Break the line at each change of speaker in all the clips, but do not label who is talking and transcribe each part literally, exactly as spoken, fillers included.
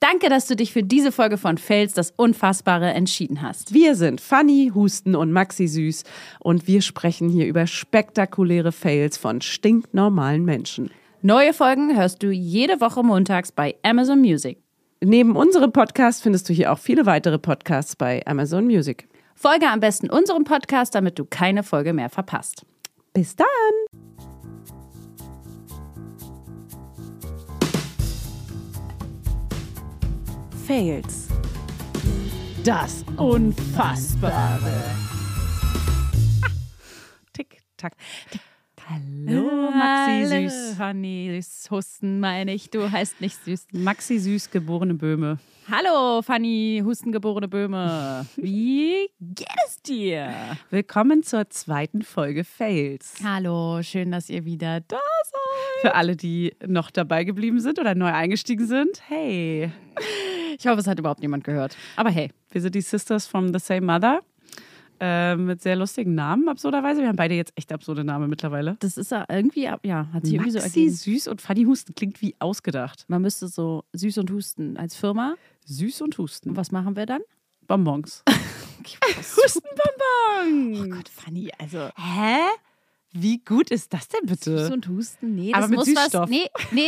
Danke, dass du dich für diese Folge von Fails, das Unfassbare, entschieden hast.
Wir sind Fanny, Husten und Maxi Süß und wir sprechen hier über spektakuläre Fails von stinknormalen Menschen.
Neue Folgen hörst du jede Woche montags bei Amazon Music.
Neben unserem Podcast findest du hier auch viele weitere Podcasts bei Amazon Music.
Folge am besten unserem Podcast, damit du keine Folge mehr verpasst.
Bis dann! Fails. Das Unfassbare.
Tick, tack, tick.
Hallo, Maxi
Hallo,
Süß.
Fanny Süß, Husten meine ich, du heißt nicht Süß.
Maxi Süß, geborene Böhme.
Hallo, Fanny, hustengeborene Böhme. Wie geht es dir?
Willkommen zur zweiten Folge Fails.
Hallo, schön, dass ihr wieder da seid.
Für alle, die noch dabei geblieben sind oder neu eingestiegen sind, hey.
Ich hoffe, es hat überhaupt niemand gehört. Aber hey.
Wir sind die Sisters from the same mother. Äh, mit sehr lustigen Namen, absurderweise. Wir haben beide jetzt echt absurde Namen mittlerweile.
Das ist ja irgendwie, ja, hat sich irgendwie so
Maxi
ergeben.
Süß und Fanny Husten klingt wie ausgedacht.
Man müsste so Süß und Husten als Firma.
Süß und Husten.
Und was machen wir dann?
Bonbons.
Hustenbonbon!
Oh Gott, Fanny, also. Hä? Wie gut ist das denn bitte?
Süß und Husten? Nee,
Aber
das
mit
muss
Süßstoff.
was. Nee, nee.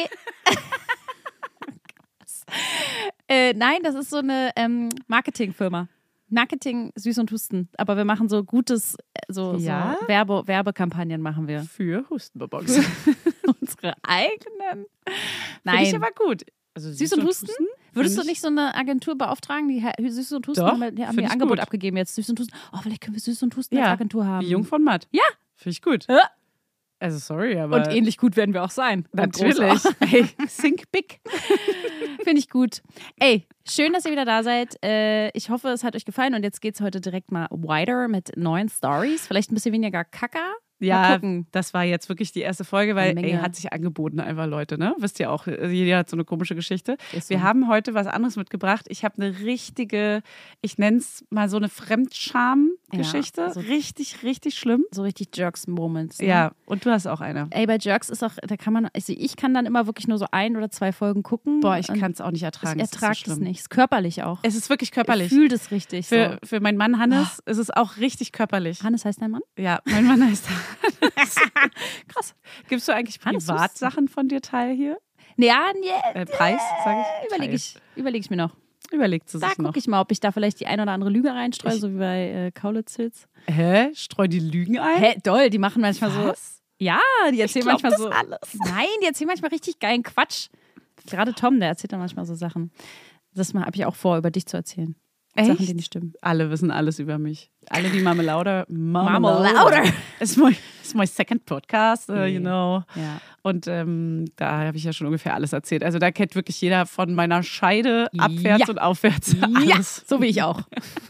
äh, nein, das ist so eine ähm, Marketingfirma. Marketing, Süß und Husten. Aber wir machen so gutes, so,
Ja?
so Werbe, Werbekampagnen machen wir.
Für Hustenbonbons.
Unsere eigenen.
Finde ich
Nein.
aber gut. Also
Süß und Husten? Würdest du
Find
nicht so eine Agentur beauftragen, die He- Süß und Husten
Doch,
haben, wir- die haben
find
mir
ich
Angebot
gut.
abgegeben jetzt. Süß und Husten. Oh, vielleicht können wir Süß und Husten
Ja,
als Agentur haben.
Wie Jung von Matt.
Ja.
Finde ich gut.
Ja.
Also sorry, aber.
Und ähnlich gut werden wir auch sein. Und groß
natürlich.
auch.
Hey, think big.
Finde ich gut. Ey, schön, dass ihr wieder da seid. Äh, ich hoffe, es hat euch gefallen. Und jetzt geht es heute direkt mal weiter mit neuen Stories. Vielleicht ein bisschen weniger Kacker. Mal
Ja,
gucken.
das war jetzt wirklich die erste Folge, weil
Eine Menge.
ey, hat sich angeboten einfach, Leute, ne? Wisst ihr auch, jeder hat so eine komische Geschichte.
Ist so.
Wir haben heute was anderes mitgebracht. Ich habe eine richtige, ich nenne es mal so eine Fremdscham-Geschichte.
Ja, so-
richtig, richtig schlimm.
So richtig Jerks-Moments. Ne?
Ja, und du hast auch eine.
Ey, bei Jerks ist auch, da kann man, also ich kann dann immer wirklich nur so ein oder zwei Folgen gucken.
Boah, ich
Und
kann es auch nicht ertragen.
Ich
Es ist
ertrage
so
es
schlimm.
nicht. Ist körperlich auch.
Es ist wirklich körperlich.
Ich fühle das richtig.
Für,
so.
für meinen Mann Hannes ist es auch richtig körperlich.
Hannes heißt dein Mann?
Ja, mein Mann heißt Hannes.
Krass.
Gibst du eigentlich
Hannes
Privatsachen von dir teil hier?
Ja, nee,
Äh, Preis, sage ich?
überlege ich, überleg ich mir noch.
Überlegt sie
Da
sich noch.
gucke ich mal, ob ich da vielleicht die ein oder andere Lüge reinstreue,
Ich-
so wie bei äh, Kaulitz-Hills.
Hä? Streu die Lügen ein?
Hä, doll, die machen manchmal so.
Was?
Ja, die erzählen
glaub
manchmal
das
so.
alles.
Nein, die erzählen manchmal richtig geilen Quatsch. Gerade Tom, der erzählt dann manchmal so Sachen. Das habe ich auch vor, über dich zu erzählen.
Echt?
Sachen, die nicht stimmen.
Alle wissen alles über mich. Alle, die Marmelade.
Marmelade.
It's my, it's my second podcast, uh, you know.
Ja.
Und ähm, da habe ich ja schon ungefähr alles erzählt. Also da kennt wirklich jeder von meiner Scheide abwärts
Ja.
und aufwärts
Ja,
alles.
so wie ich auch.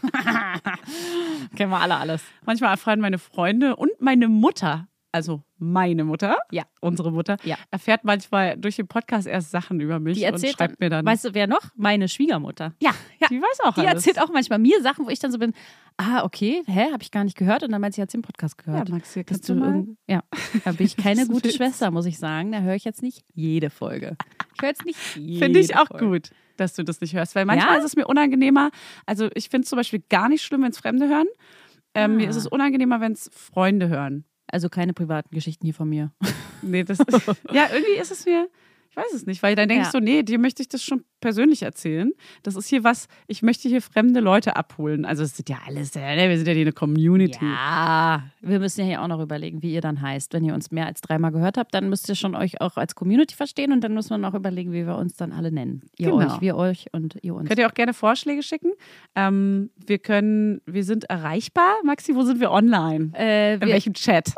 Kennen wir alle alles.
Manchmal erfahren meine Freunde und meine Mutter, also meine Mutter,
Ja.
unsere Mutter,
Ja.
erfährt manchmal durch den Podcast erst Sachen über mich
Die erzählt
und schreibt mir dann.
Weißt du, wer noch? Meine Schwiegermutter.
ja, ja, die weiß auch
Die
alles.
erzählt auch manchmal mir Sachen, wo ich dann so bin, ah, okay, hä, habe ich gar nicht gehört. Und dann meint sie, hat sie im Podcast gehört.
Ja, Maxi,
Dass
kannst
du
du mal?
irgend- ja, da bin ich keine
Was
gute
willst du?
Schwester, muss ich sagen. Da höre ich jetzt nicht jede Folge. Ich höre jetzt nicht jede
Finde ich auch
Folge.
gut, dass du das nicht hörst. Weil manchmal
Ja?
ist es mir unangenehmer. Also ich finde es zum Beispiel gar nicht schlimm, wenn es Fremde hören. Ähm,
Ah.
Mir ist es unangenehmer, wenn es Freunde hören.
Also keine privaten Geschichten hier von mir.
Nee, das ja, irgendwie ist es mir, ich weiß es nicht, weil dann denke
Ja.
ich so, nee, dir möchte ich das schon persönlich erzählen. Das ist hier was, ich möchte hier fremde Leute abholen. Also es sind ja alles, ja, wir sind ja hier eine Community.
Ja, wir müssen ja hier auch noch überlegen, wie ihr dann heißt. Wenn ihr uns mehr als dreimal gehört habt, dann müsst ihr schon euch auch als Community verstehen und dann muss man auch überlegen, wie wir uns dann alle nennen. Ihr
Genau.
euch, wir euch und ihr uns.
Könnt ihr auch gerne Vorschläge schicken. Ähm, wir können, wir sind erreichbar. Maxi, wo sind wir online?
Äh,
In
wir,
welchem Chat?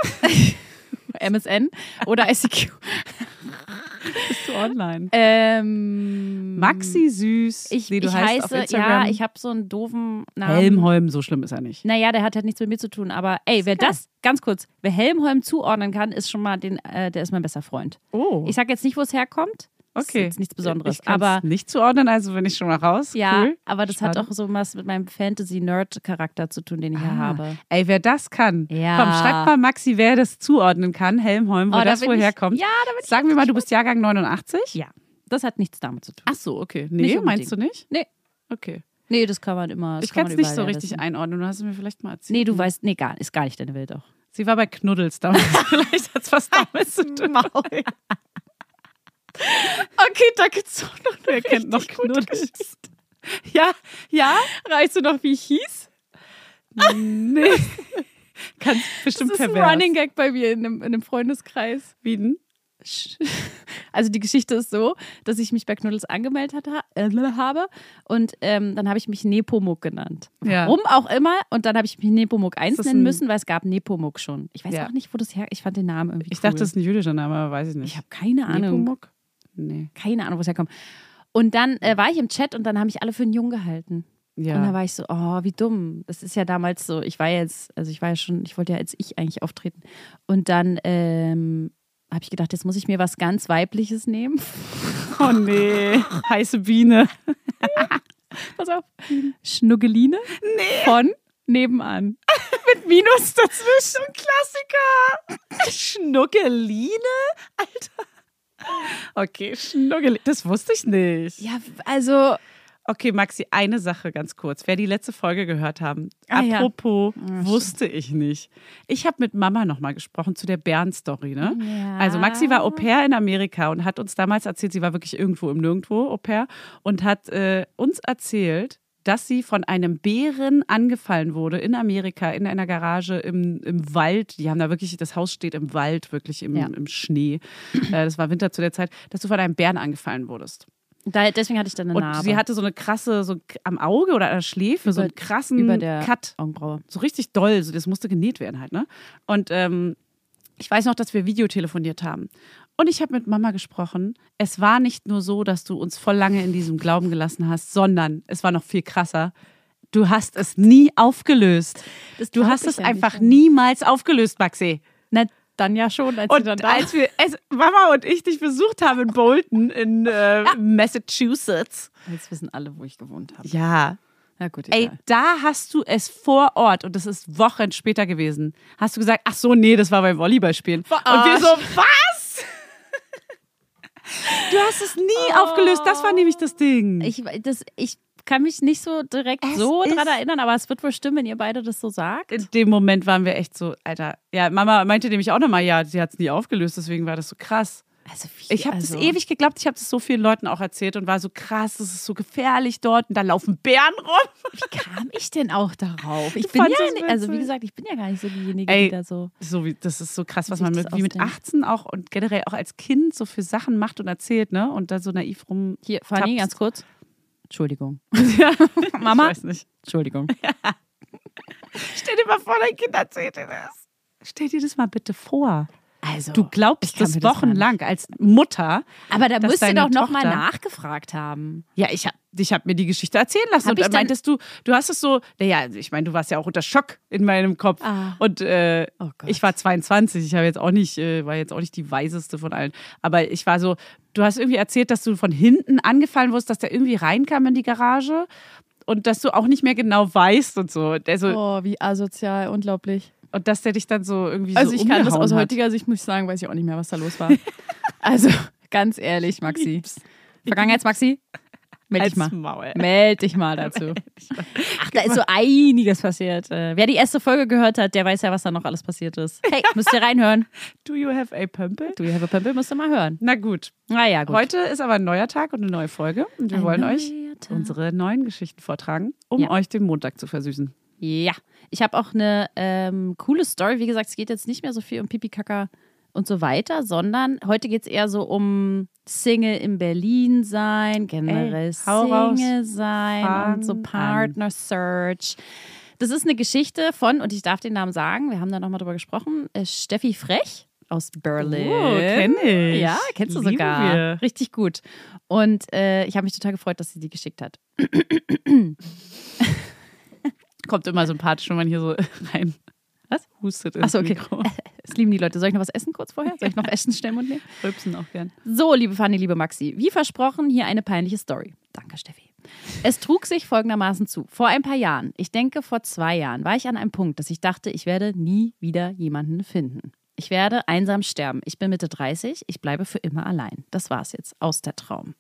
M S N oder I C Q.
Bist du online?
ähm,
Maxi Süß.
Ich,
nee, du
ich
heißt auf
heiße,
Instagram.
ja, ich habe so einen doofen Namen.
Helmholm, so schlimm ist er nicht.
Naja, der hat halt nichts mit mir zu tun. Aber ey, wer
klar.
das, ganz kurz, wer Helmholm zuordnen kann, ist schon mal den, äh, der ist mein bester Freund.
Oh,
Ich sag jetzt nicht, wo es herkommt. Das
okay.
ist jetzt nichts Besonderes.
Ich kann's
aber
nicht zuordnen, also bin ich schon mal raus.
ja,
Cool.
aber das hat
Spannend.
auch so was mit meinem Fantasy-Nerd-Charakter zu tun, den ich hier
Ah,
habe.
Ey, wer das kann.
Ja.
Komm, schreib mal Maxi, wer das zuordnen kann. Helmholm, wo
Oh, da
das
bin
wohl
ich-
herkommt.
Ja, da bin ich
Sagen wir mal, du bist Jahrgang neunundachtzig.
Ja. Das hat nichts damit zu tun.
Ach so, okay.
Nicht
Nee,
unbedingt.
meinst du nicht?
Nee.
Okay.
Nee, das kann man immer. Das
Ich
kann
kann es
man
nicht so
überall
richtig
wissen.
einordnen. Du hast es mir vielleicht mal erzählt.
Nee, du weißt, nee, gar, ist gar nicht deine Welt auch.
Sie war bei Knuddels damals. Vielleicht hat es was damit zu tun.
Okay, da gibt's auch noch eine
Wer kennt noch
richtig gute
Knuddels?
Geschichte.
Ja, ja.
Weißt du noch, wie ich hieß?
Nee. Ganz bestimmt
Das ist ein
pervers.
Running Gag bei mir in einem, in einem Freundeskreis.
Wie denn?
Also die Geschichte ist so, dass ich mich bei Knuddels angemeldet hatte, äh, habe und ähm, dann habe ich mich Nepomuk genannt.
Ja.
Warum auch immer. Und dann habe ich mich Nepomuk eins
das
nennen
ein-
müssen, weil es gab Nepomuk schon. Ich weiß
Ja.
auch nicht, wo das her... Ich fand den Namen irgendwie
Ich
cool.
dachte, das ist ein jüdischer Name, aber weiß ich nicht.
Ich habe keine Ahnung.
Nepomuk? Nee.
Keine Ahnung, wo es herkommt. Und dann äh, war ich im Chat und dann haben mich alle für einen Jungen gehalten.
Ja.
Und da war ich so, oh, wie dumm. Das ist ja damals so, ich war jetzt, also ich war ja schon, ich wollte ja als ich eigentlich auftreten. Und dann ähm, habe ich gedacht, jetzt muss ich mir was ganz Weibliches nehmen.
Oh nee, heiße Biene.
Pass auf. Schnuggeline
Nee.
von nebenan. Mit Minus dazwischen.
Klassiker. Schnuggeline? Alter. Okay, Schnuggeline. Das wusste ich nicht.
Ja, also.
Okay, Maxi, eine Sache ganz kurz. Wer die letzte Folge gehört haben.
Ah, ja.
Apropos,
Ja,
wusste ich nicht. Ich habe mit Mama nochmal gesprochen zu der Bären-Story, ne?
Ja.
Also Maxi war Au pair in Amerika und hat uns damals erzählt, sie war wirklich irgendwo im Nirgendwo Au pair und hat äh, uns erzählt, dass sie von einem Bären angefallen wurde in Amerika, in einer Garage im, im Wald. Die haben da wirklich, das Haus steht im Wald, wirklich im,
Ja.
im Schnee. Äh, das war Winter zu der Zeit, dass du von einem Bären angefallen wurdest.
Da, deswegen hatte ich dann eine
Und
Narbe.
sie hatte so eine krasse, so am Auge oder an der Schläfe, so einen krassen
über der
Cut.
Augenbraue.
So richtig doll, so das musste genäht werden halt, ne? Und ähm, ich weiß noch, dass wir Videotelefoniert haben. Und ich habe mit Mama gesprochen. Es war nicht nur so, dass du uns voll lange in diesem Glauben gelassen hast, sondern es war noch viel krasser. Du hast es nie aufgelöst.
Das
Du
glaub
hast
ich
es
ja
einfach
nicht.
niemals aufgelöst, Maxi.
Na, dann ja schon, als sie
Und
dann da
als wir, als Mama und ich dich besucht haben in Bolton in äh, Massachusetts.
Jetzt wissen alle, wo ich gewohnt habe.
Ja.
Na gut,
Ey,
egal.
da hast du es vor Ort, und das ist Wochen später gewesen, hast du gesagt, ach so, nee, das war beim Volleyballspielen. Und wir so, was? Du hast es nie aufgelöst, das war nämlich das Ding.
Ich, das, ich kann mich nicht so direkt
Es
so
ist-
dran erinnern, aber es wird wohl stimmen, wenn ihr beide das so sagt.
In dem Moment waren wir echt so, Alter, ja, Mama meinte nämlich auch nochmal, ja, sie hat es nie aufgelöst, deswegen war das so krass.
Also wie,
Ich habe
also,
das ewig geglaubt, ich habe das so vielen Leuten auch erzählt und war so krass, das ist so gefährlich dort und da laufen Bären rum.
Wie kam ich denn auch darauf? Ich
Du
bin ja,
fandst es
nicht- also wie
witzig.
gesagt, ich bin ja gar nicht so diejenige,
Ey,
die da so.
So wie, das ist so krass, was
Sich
man
das
mit, wie mit
ausdenkt.
achtzehn auch und generell auch als Kind so für Sachen macht und erzählt, ne? Und da so naiv rum.
Hier, Fanny,
tappst.
ganz kurz. Entschuldigung.
Ja,
Mama?
Ich weiß nicht.
Entschuldigung.
Stell dir mal vor, dein Kind erzählt dir das. Stell dir das mal bitte vor.
Also,
Du
ich
glaubst
kann
das
mir das gar
wochenlang als Mutter.
aber da
dass
müsst ihr
deine
doch nochmal
Tochter-
nachgefragt haben.
Ja, ich habe ich hab mir die Geschichte erzählen lassen
Hab
und
ich
dann
dann-
meintest du, du hast es so, naja, ich meine, du warst ja auch unter Schock in meinem Kopf.
Ah.
Und äh,
Oh Gott.
ich war zweiundzwanzig, ich habe jetzt auch nicht, äh, war jetzt auch nicht die weiseste von allen. Aber ich war so, du hast irgendwie erzählt, dass du von hinten angefallen wurdest, dass der irgendwie reinkam in die Garage und dass du auch nicht mehr genau weißt und so. Also,
Oh, wie asozial, unglaublich.
und dass der dich dann so irgendwie
Also
so
ich kann das
umgehauen
aus
hat.
heutiger Sicht, muss ich sagen, weiß ich auch nicht mehr, was da los war. Also ganz ehrlich, Maxi.
Lieb's.
Vergangenheits-Maxi, meld dich
Als
mal.
Maul.
Meld dich mal dazu. Ach, da ist so einiges passiert. Äh, Wer die erste Folge gehört hat, der weiß ja, was da noch alles passiert ist. Hey, müsst ihr reinhören.
Do you have a pumple?
Du, Have a Pömpel, musst du mal hören.
Na gut.
Naja, gut.
Heute ist aber ein neuer Tag und eine neue Folge. Und wir
Ein
wollen
neuer
euch
Tag.
unsere neuen Geschichten vortragen, um
Ja.
euch den Montag zu versüßen.
Ja, ich habe auch eine ähm, coole Story. Wie gesagt, es geht jetzt nicht mehr so viel um Pipi-Kaka und so weiter, sondern heute geht es eher so um Single in Berlin sein, generell
Ey, hau raus.
Single sein
Fang
und so
an.
Partner Search. Das ist eine Geschichte von, und ich darf den Namen sagen, wir haben da nochmal drüber gesprochen, äh, Steffi Frech aus Berlin.
Oh, kenn ich.
Ja, kennst du
Lieben
sogar.
wir.
Richtig gut. Und äh, ich habe mich total gefreut, dass sie die geschickt hat.
Kommt immer sympathisch, wenn man hier so rein
Was?
hustet ins
Achso, okay.
Mikro.
Das lieben die Leute. Soll ich noch was essen kurz vorher? Soll ich noch Essen schnell im Mund nehmen?
Rülpsen auch gern.
So, liebe Fanny, liebe Maxi, wie versprochen, hier eine peinliche Story. Danke, Steffi. Es trug sich folgendermaßen zu. Vor ein paar Jahren, ich denke vor zwei Jahren, war ich an einem Punkt, dass ich dachte, ich werde nie wieder jemanden finden. Ich werde einsam sterben. Ich bin Mitte dreißig. Ich bleibe für immer allein. Das war's jetzt. Aus der Traum.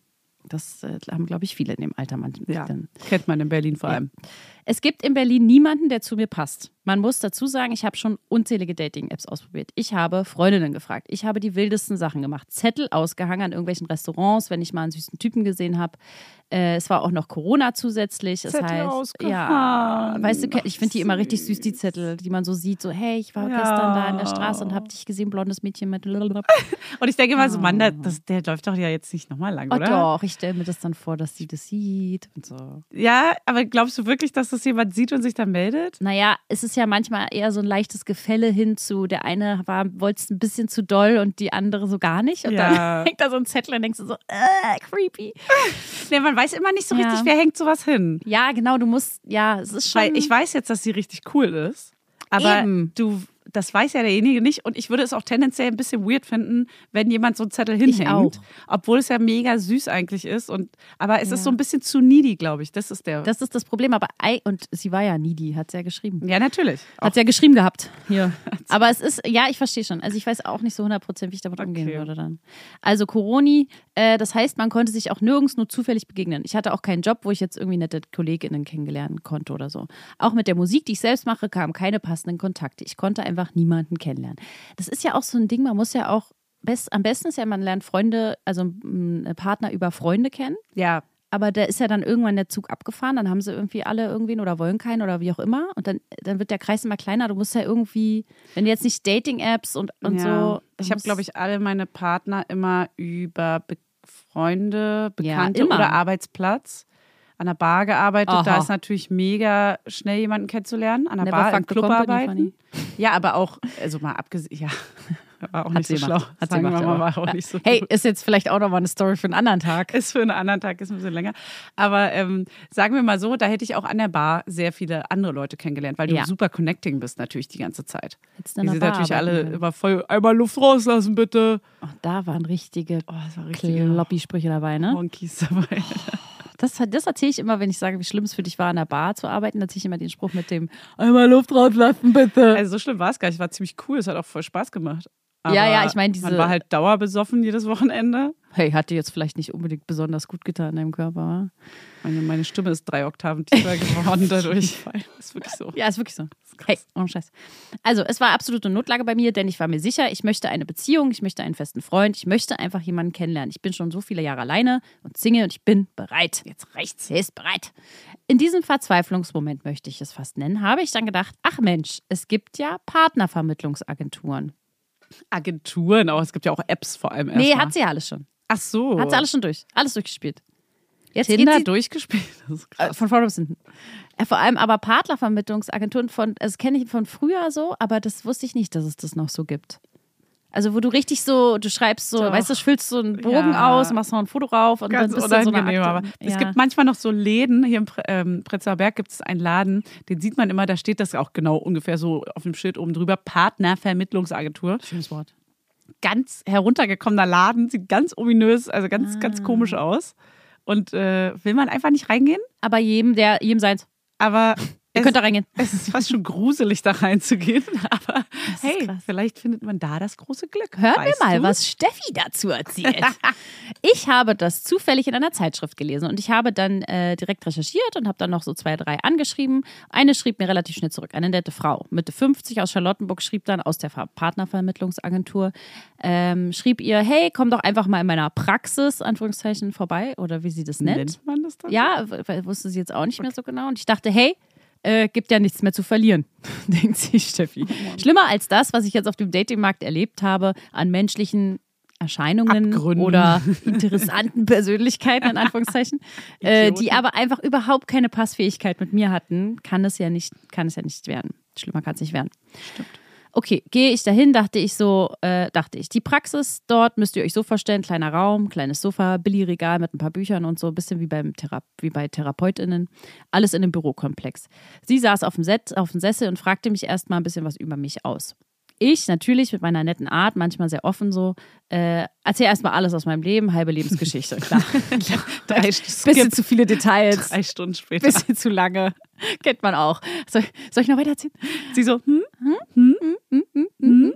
Das äh, haben, glaube ich, viele in dem Alter manchmal.
Ja, kennt man in Berlin vor allem.
Ja. Es gibt in Berlin niemanden, der zu mir passt. Man muss dazu sagen, ich habe schon unzählige Dating-Apps ausprobiert. Ich habe Freundinnen gefragt. Ich habe die wildesten Sachen gemacht. Zettel ausgehangen an irgendwelchen Restaurants, wenn ich mal einen süßen Typen gesehen habe. Äh, es war auch noch Corona zusätzlich. Das
Zettel
heißt,
ausgehangen.
Ja, weißt du, ich finde die immer richtig süß, die Zettel, die man so sieht. So, hey, ich war
ja.
gestern da in der Straße und habe dich gesehen, blondes Mädchen mit.
Und ich denke mal so, Mann, das, der läuft doch ja jetzt nicht nochmal lang,
oh,
oder?
Doch, ich stelle mir das dann vor, dass sie das sieht und so.
Ja, aber glaubst du wirklich, dass das jemand sieht und sich dann meldet?
Naja, es ist ja manchmal eher so ein leichtes Gefälle hin zu, der eine war, wollte es ein bisschen zu doll und die andere so gar nicht. Und
ja.
dann hängt da so ein Zettel und denkst du so, äh, creepy.
Nee, man weiß immer nicht so richtig,
Ja.
wer hängt sowas hin.
Ja, genau, du musst, ja, es ist schon...
Weil ich weiß jetzt, dass sie richtig cool ist, aber
Eben.
du... Das weiß ja derjenige nicht und ich würde es auch tendenziell ein bisschen weird finden, wenn jemand so einen Zettel hinhängt.
Ich auch.
Obwohl es ja mega süß eigentlich ist. Und, aber es
Ja.
ist so ein bisschen zu needy, glaube ich. Das ist der.
Das ist das Problem, aber ei- und sie war ja needy, hat sie ja geschrieben.
ja, natürlich.
Hat sie ja geschrieben gehabt. Hier. Aber es ist, ja, ich verstehe schon. Also ich weiß auch nicht so hundert Prozent, wie ich damit umgehen
Okay.
würde dann. Also Coroni, äh, das heißt, man konnte sich auch nirgends nur zufällig begegnen. Ich hatte auch keinen Job, wo ich jetzt irgendwie nette KollegInnen kennenlernen konnte oder so. Auch mit der Musik, die ich selbst mache, kamen keine passenden Kontakte. Ich konnte einfach niemanden kennenlernen. Das ist ja auch so ein Ding, man muss ja auch, best, am besten ist ja, man lernt Freunde, also einen Partner über Freunde kennen.
Ja.
Aber da ist ja dann irgendwann der Zug abgefahren, dann haben sie irgendwie alle irgendwen oder wollen keinen oder wie auch immer. Und dann, dann wird der Kreis immer kleiner. Du musst ja irgendwie, wenn du jetzt nicht Dating-Apps und, und
ja.
so.
Ich habe, glaube ich, alle meine Partner immer über Be Freunde, Bekannte
Ja, immer.
oder Arbeitsplatz an der Bar gearbeitet.
Aha.
Da ist natürlich mega schnell jemanden kennenzulernen. An der
Never
Bar, im
fuck the
Club
company,
arbeiten. Ja, aber auch, also mal abgesehen, ja, war auch
Hat
nicht so
sie
schlau.
gemacht. Hat sie
Sagen wir
gemacht,
mal,
aber-
war auch nicht so
Hey,
gut.
ist jetzt vielleicht auch nochmal eine Story für einen anderen Tag.
Ist für einen anderen Tag, ist ein bisschen länger. Aber ähm, sagen wir mal so, da hätte ich auch an der Bar sehr viele andere Leute kennengelernt, weil du
Ja.
super connecting bist natürlich die ganze Zeit.
Hättest du
Die
in
sind
einer Bar
natürlich alle
arbeiten können.
immer voll, einmal Luft rauslassen bitte.
Oh, da waren richtige
Oh, das war richtige
Kloppy-Sprüche dabei, ne?
Monkeys dabei.
Das, das erzähle ich immer, wenn ich sage, wie schlimm es für dich war, an der Bar zu arbeiten. Da ziehe ich immer den Spruch mit dem einmal Luft rauslassen, bitte.
Also so schlimm war es gar nicht, war ziemlich cool, es hat auch voll Spaß gemacht. Aber
Ja, ja, ich meine, diese-
man war halt dauerbesoffen jedes Wochenende.
Hey, hat dir jetzt vielleicht nicht unbedingt besonders gut getan in deinem Körper, wa?
Meine, meine Stimme ist drei Oktaven tiefer geworden dadurch. Ist wirklich so.
Ja, ist wirklich so. Hey, ohne Scheiß. Also, es war absolute Notlage bei mir, denn ich war mir sicher, ich möchte eine Beziehung, ich möchte einen festen Freund, ich möchte einfach jemanden kennenlernen. Ich bin schon so viele Jahre alleine und Single und ich bin bereit. Jetzt reicht's, er ist bereit. In diesem Verzweiflungsmoment, möchte ich es fast nennen, habe ich dann gedacht, ach Mensch, es gibt ja Partnervermittlungsagenturen.
Agenturen, aber es gibt ja auch Apps vor allem
Nee,
erstmal.
hat sie ja alles schon.
Ach so.
Hat sie alles schon durch. Alles durchgespielt. Jetzt
Tinder
geht sie,
durchgespielt. Das ist krass.
Äh, Von vorne bis hinten. Äh, Vor allem aber Partnervermittlungsagenturen von, das kenne ich von früher so, aber das wusste ich nicht, dass es das noch so gibt. Also wo du richtig so, du schreibst so,
Doch.
weißt du, füllst so einen Bogen
Ja.
aus, machst noch ein Foto rauf und
Ganz
dann bist du in so einer
unangenehm, aber
Akte.
es
Ja.
gibt manchmal noch so Läden, hier im Pre ähm, Prenzlauer Berg gibt es einen Laden, den sieht man immer, da steht das auch genau ungefähr so auf dem Schild oben drüber, Partnervermittlungsagentur.
Schönes Wort.
Ganz heruntergekommener Laden, sieht ganz ominös, also ganz,
Ah.
ganz komisch aus. Und äh, will man einfach nicht reingehen,
Aber jedem, der, jedem seins.
aber
Ihr
es,
könnt da reingehen.
es ist fast schon gruselig, da reinzugehen. Aber
ist
hey,
krass.
vielleicht findet man da das große Glück.
Hören
weißt
wir mal,
du?
was Steffi dazu erzählt. Ich habe das zufällig in einer Zeitschrift gelesen und ich habe dann äh, direkt recherchiert und habe dann noch so zwei, drei angeschrieben. Eine schrieb mir relativ schnell zurück, eine nette Frau, Mitte fünfzig aus Charlottenburg, schrieb dann aus der Ver- Partnervermittlungsagentur, ähm, schrieb ihr, hey, komm doch einfach mal in meiner Praxis, Anführungszeichen, vorbei oder wie sie das nennt.
Nennt man das dann?
Ja, w- w- wusste sie jetzt auch nicht mehr so genau. Und ich dachte, hey, äh, gibt ja nichts mehr zu verlieren, denkt sie, Steffi. Schlimmer als das, was ich jetzt auf dem Datingmarkt erlebt habe, an menschlichen Erscheinungen
Abgründen.
oder interessanten Persönlichkeiten, in Anführungszeichen, äh, die
Idioten.
aber einfach überhaupt keine Passfähigkeit mit mir hatten, kann es ja nicht, kann es ja nicht werden. Schlimmer kann es nicht werden.
Stimmt.
Okay, gehe ich dahin, dachte ich so, äh, dachte ich, die Praxis dort müsst ihr euch so vorstellen, kleiner Raum, kleines Sofa, Billigregal mit ein paar Büchern und so, ein bisschen wie, beim Thera wie bei TherapeutInnen, alles in einem Bürokomplex. Sie saß auf dem, Set, auf dem Sessel und fragte mich erstmal ein bisschen was über mich aus. Ich natürlich mit meiner netten Art, manchmal sehr offen so, äh, erzähle erstmal alles aus meinem Leben, halbe Lebensgeschichte, klar.
Drei,
Bisschen
skip,
zu viele Details,
drei Stunden später.
bisschen zu lange, kennt man auch. Soll, soll ich noch weiter erzählen?
Sie so, hm?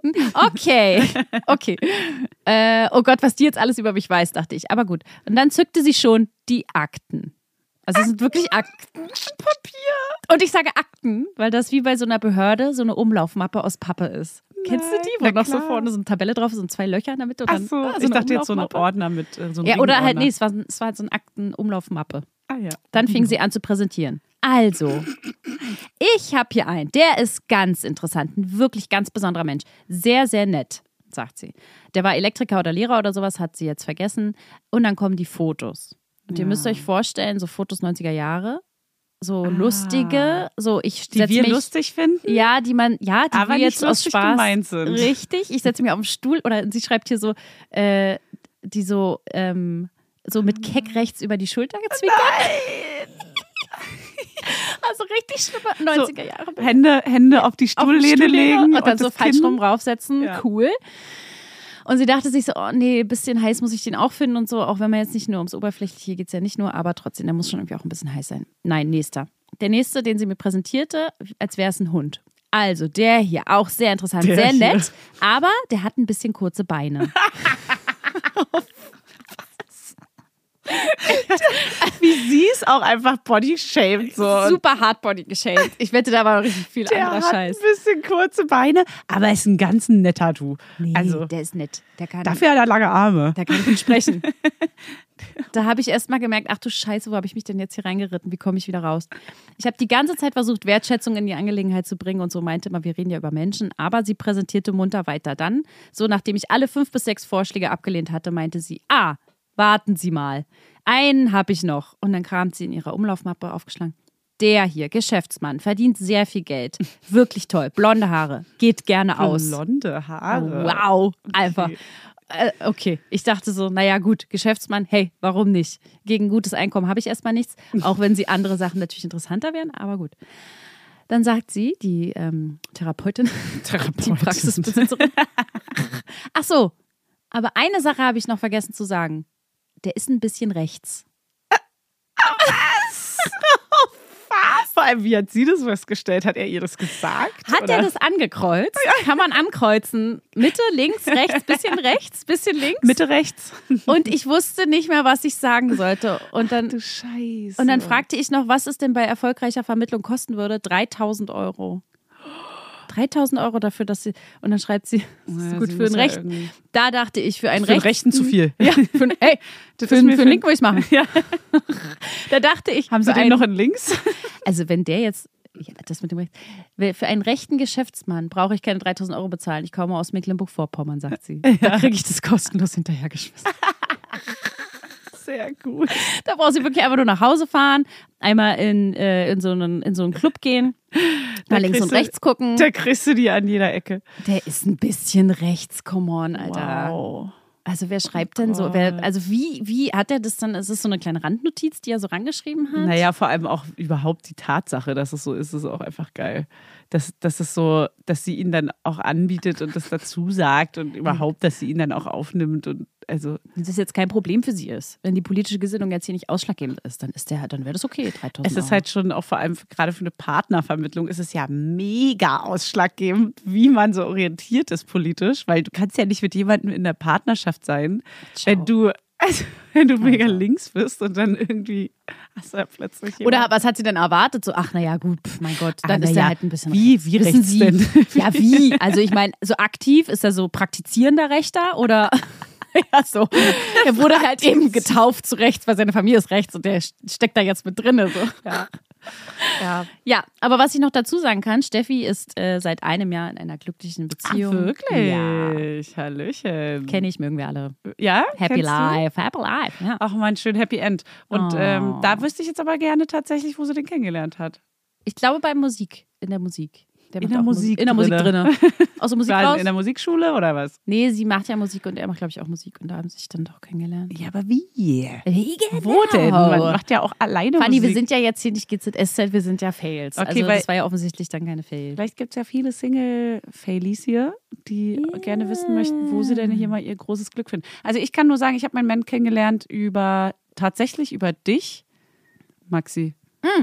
Akten. Okay, okay. Äh, oh Gott, was die jetzt alles über mich weiß, dachte ich. Aber gut. Und dann zückte sie schon die Akten. Also es sind wirklich Akten.
Papier.
Und ich sage Akten, weil das wie bei so einer Behörde so eine Umlaufmappe aus Pappe ist. Nein, kennst du die, wo noch so vorne so eine Tabelle drauf ist, so zwei Löcher in der Mitte? Und dann,
Ach so,
ah, so
ich dachte jetzt so eine Ordner mit äh, so einem
Ja, oder halt,
Ringordner.
nee, es war, es war halt so eine Aktenumlaufmappe.
Ah ja.
Dann fing sie an zu präsentieren. Also, ich habe hier einen, der ist ganz interessant, ein wirklich ganz besonderer Mensch. Sehr, sehr nett, sagt sie. Der war Elektriker oder Lehrer oder sowas, hat sie jetzt vergessen. Und dann kommen die Fotos. Und
Ja.
ihr müsst euch vorstellen, so Fotos neunziger Jahre, so ah, lustige, so ich
die wir
mich,
lustig finden?
Ja, die man, ja, die
aber
wir jetzt
nicht
aus Spaß
gemeint sind.
Richtig, ich setze mich auf den Stuhl oder sie schreibt hier so, äh, die so, ähm, so mit Keck rechts über die Schulter gezwickert.
Nein!
Also richtig schlimme neunziger Jahre.
So, Hände, Hände auf die Stuhllehne
auf
legen
und, und dann so
das
falsch
Kinn
rum raufsetzen.
Ja.
Cool. Und sie dachte sich so, oh nee, ein bisschen heiß muss ich den auch finden und so, auch wenn man jetzt nicht nur ums Oberflächliche geht es ja nicht nur, aber trotzdem, der muss schon irgendwie auch ein bisschen heiß sein. Nein, nächster. Der nächste, den sie mir präsentierte, als wäre es ein Hund. Also der hier, auch sehr interessant,
der
sehr
hier.
nett, aber der hat ein bisschen kurze Beine.
Wie sie ist auch einfach body-shamed. So.
Super hardbody geschämt. Ich wette, da war noch richtig viel
Der
anderer
hat
Scheiß.
ein bisschen kurze Beine, aber ist ein ganz netter Du.
Nee,
also,
der ist nett. Der kann,
dafür hat er lange Arme.
Da kann ich nicht sprechen. Da habe ich erst mal gemerkt, ach du Scheiße, wo habe ich mich denn jetzt hier reingeritten? Wie komme ich wieder raus? Ich habe die ganze Zeit versucht, Wertschätzung in die Angelegenheit zu bringen und so meinte immer, wir reden ja über Menschen, aber sie präsentierte munter weiter. Dann, so nachdem ich alle fünf bis sechs Vorschläge abgelehnt hatte, meinte sie, ah, warten Sie mal, einen habe ich noch. Und dann kramt sie in ihrer Umlaufmappe aufgeschlagen. Der hier, Geschäftsmann, verdient sehr viel Geld. Wirklich toll. Blonde Haare, geht gerne aus.
Blonde Haare.
Wow, einfach. Äh, okay, ich dachte so, naja gut, Geschäftsmann, hey, warum nicht? Gegen gutes Einkommen habe ich erstmal nichts, auch wenn sie andere Sachen natürlich interessanter wären, aber gut. Dann sagt sie, die ähm, Therapeutin,
Therapeutin,
die Praxisbesitzerin. Ach so, aber eine Sache habe ich noch vergessen zu sagen. Der ist ein bisschen rechts.
Was? Was? Vor allem, wie hat sie das festgestellt? Hat er ihr das gesagt?
Hat
oder?
er das angekreuzt? Kann man ankreuzen. Mitte, links, rechts, bisschen rechts, bisschen links.
Mitte rechts.
Und ich wusste nicht mehr, was ich sagen sollte. Und dann,
Ach, du Scheiße.
und dann fragte ich noch, was es denn bei erfolgreicher Vermittlung kosten würde. dreitausend Euro. dreitausend Euro dafür, dass sie. Und dann schreibt sie, das ist
Ja,
gut
sie
für
muss
einen
ja
Rechten.
irgendwie-
Da dachte ich, für einen
Für den
Rechten.
Rechten zu viel.
Ja, für, ein- ey,
Das
für,
ist
einen-
mir
für
für-
einen Link muss ich machen.
Ja.
Da dachte ich,
Haben Sie
für
den
einen-
noch in links?
Also wenn der jetzt, ja, das mit dem Recht, für einen rechten Geschäftsmann brauche ich keine dreitausend Euro bezahlen. Ich komme aus Mecklenburg-Vorpommern, sagt sie. Da kriege ich das kostenlos hinterhergeschmissen.
Sehr gut.
Da braucht sie wirklich einfach nur nach Hause fahren, einmal in, äh, in, so, einen, in so einen Club gehen, mal links und
kriegst du-
rechts gucken.
Da kriegst du die an jeder Ecke.
Der ist ein bisschen rechts, come on, Alter.
Wow.
Also wer schreibt denn so, wer, also wie, wie hat er das dann, ist es so eine kleine Randnotiz, die er so rangeschrieben hat?
Naja, vor allem auch überhaupt die Tatsache, dass es so ist, ist auch einfach geil. Dass, dass es so, dass sie ihn dann auch anbietet und das dazu sagt und überhaupt, dass sie ihn dann auch aufnimmt und also.
Wenn das jetzt kein Problem für sie ist, wenn die politische Gesinnung jetzt hier nicht ausschlaggebend ist, dann ist der, dann wäre das okay, dreitausend
Es ist
Euro.
halt schon auch vor allem gerade für eine Partnervermittlung ist es ja mega ausschlaggebend, wie man so orientiert ist politisch, weil du kannst ja nicht mit jemandem in der Partnerschaft sein,
Ciao.
wenn du also, wenn du mega links bist und dann irgendwie hast du ja plötzlich jemanden.
Oder was hat sie denn erwartet? So, ach naja, gut, pf, mein Gott, dann
Ah,
ist
na
er
ja,
halt ein bisschen
wie-
rechts.
wie
Wissen
rechts
Sie?
denn?
Ja, wie? Also ich meine, so aktiv ist er so praktizierender Rechter oder ja, so. Er wurde halt eben getauft zu rechts, weil seine Familie ist rechts und der steckt da jetzt mit drin. So.
ja. Ja.
Ja, aber was ich noch dazu sagen kann, Steffi ist äh, seit einem Jahr in einer glücklichen Beziehung.
Wirklich?
Ja,
Hallöchen.
kenne ich, mögen wir alle.
Ja?
Happy
Kennst du?
life, happy life. Ja.
Ach man, schön Happy End. Und
Oh.
ähm, da wüsste ich jetzt aber gerne tatsächlich, wo sie den kennengelernt hat.
Ich glaube bei Musik, in der Musik. Der
In
macht
der
auch
Musik
In der Musik
drinne.
drinne. Aus der Musik
War
raus?
in der Musikschule oder was?
Nee, sie macht ja Musik und er macht, glaube ich, auch Musik. Und da haben sie sich dann doch kennengelernt.
Ja, aber wie?
Wie genau?
Wo denn? Man macht ja auch alleine
Fanny, wir
Musik.
sind ja jetzt hier nicht G Z S Z, wir sind ja Fails.
Okay,
also
weil-
das war ja offensichtlich dann keine Fail.
Vielleicht gibt es ja viele Single-Failies hier, die gerne wissen möchten, wo sie denn hier mal ihr großes Glück finden. Also ich kann nur sagen, ich habe meinen Mann kennengelernt über, tatsächlich über dich, Maxi.
Mm.